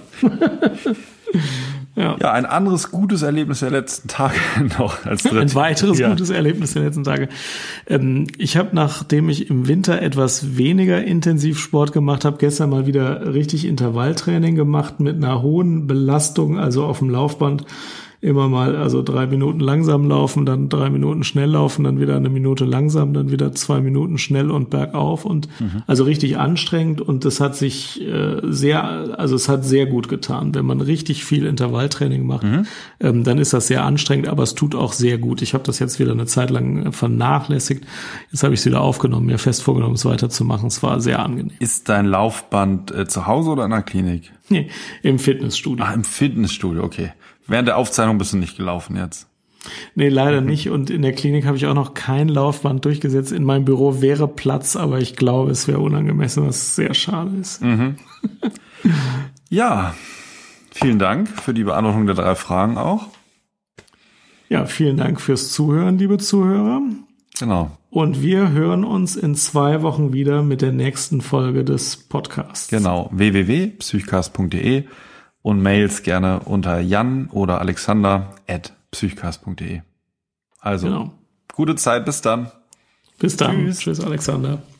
S1: Ja. ja, ein anderes gutes Erlebnis der letzten Tage noch als drittes.
S2: Ein weiteres
S1: ja.
S2: gutes Erlebnis der letzten Tage. Ähm, ich habe, nachdem ich im Winter etwas weniger intensiv Sport gemacht habe, gestern mal wieder richtig Intervalltraining gemacht mit einer hohen Belastung, also auf dem Laufband. Immer mal, also drei Minuten langsam laufen, dann drei Minuten schnell laufen, dann wieder eine Minute langsam, dann wieder zwei Minuten schnell und bergauf und mhm. also richtig anstrengend und das hat sich äh, sehr, also es hat sehr gut getan. Wenn man richtig viel Intervalltraining macht, mhm. ähm, dann ist das sehr anstrengend, aber es tut auch sehr gut. Ich habe das jetzt wieder eine Zeit lang vernachlässigt. Jetzt habe ich es wieder aufgenommen, mir fest vorgenommen, es weiterzumachen. Es war sehr angenehm.
S1: Ist dein Laufband äh, zu Hause oder in der Klinik?
S2: Nee, im Fitnessstudio.
S1: Ah, im Fitnessstudio, okay. Während der Aufzeichnung bist du nicht gelaufen jetzt?
S2: Nee, leider mhm. nicht. Und in der Klinik habe ich auch noch kein Laufband durchgesetzt. In meinem Büro wäre Platz, aber ich glaube, es wäre unangemessen, was sehr schade ist.
S1: Mhm. Ja, vielen Dank für die Beantwortung der drei Fragen auch.
S2: Ja, vielen Dank fürs Zuhören, liebe Zuhörer.
S1: Genau.
S2: Und wir hören uns in zwei Wochen wieder mit der nächsten Folge des Podcasts.
S1: Genau, w w w punkt psychcast punkt d e und Mails gerne unter jan oder alexander at psychcast punkt d e. Also, genau. Gute Zeit, bis dann.
S2: Bis dann. Tschüss, Tschüss Alexander.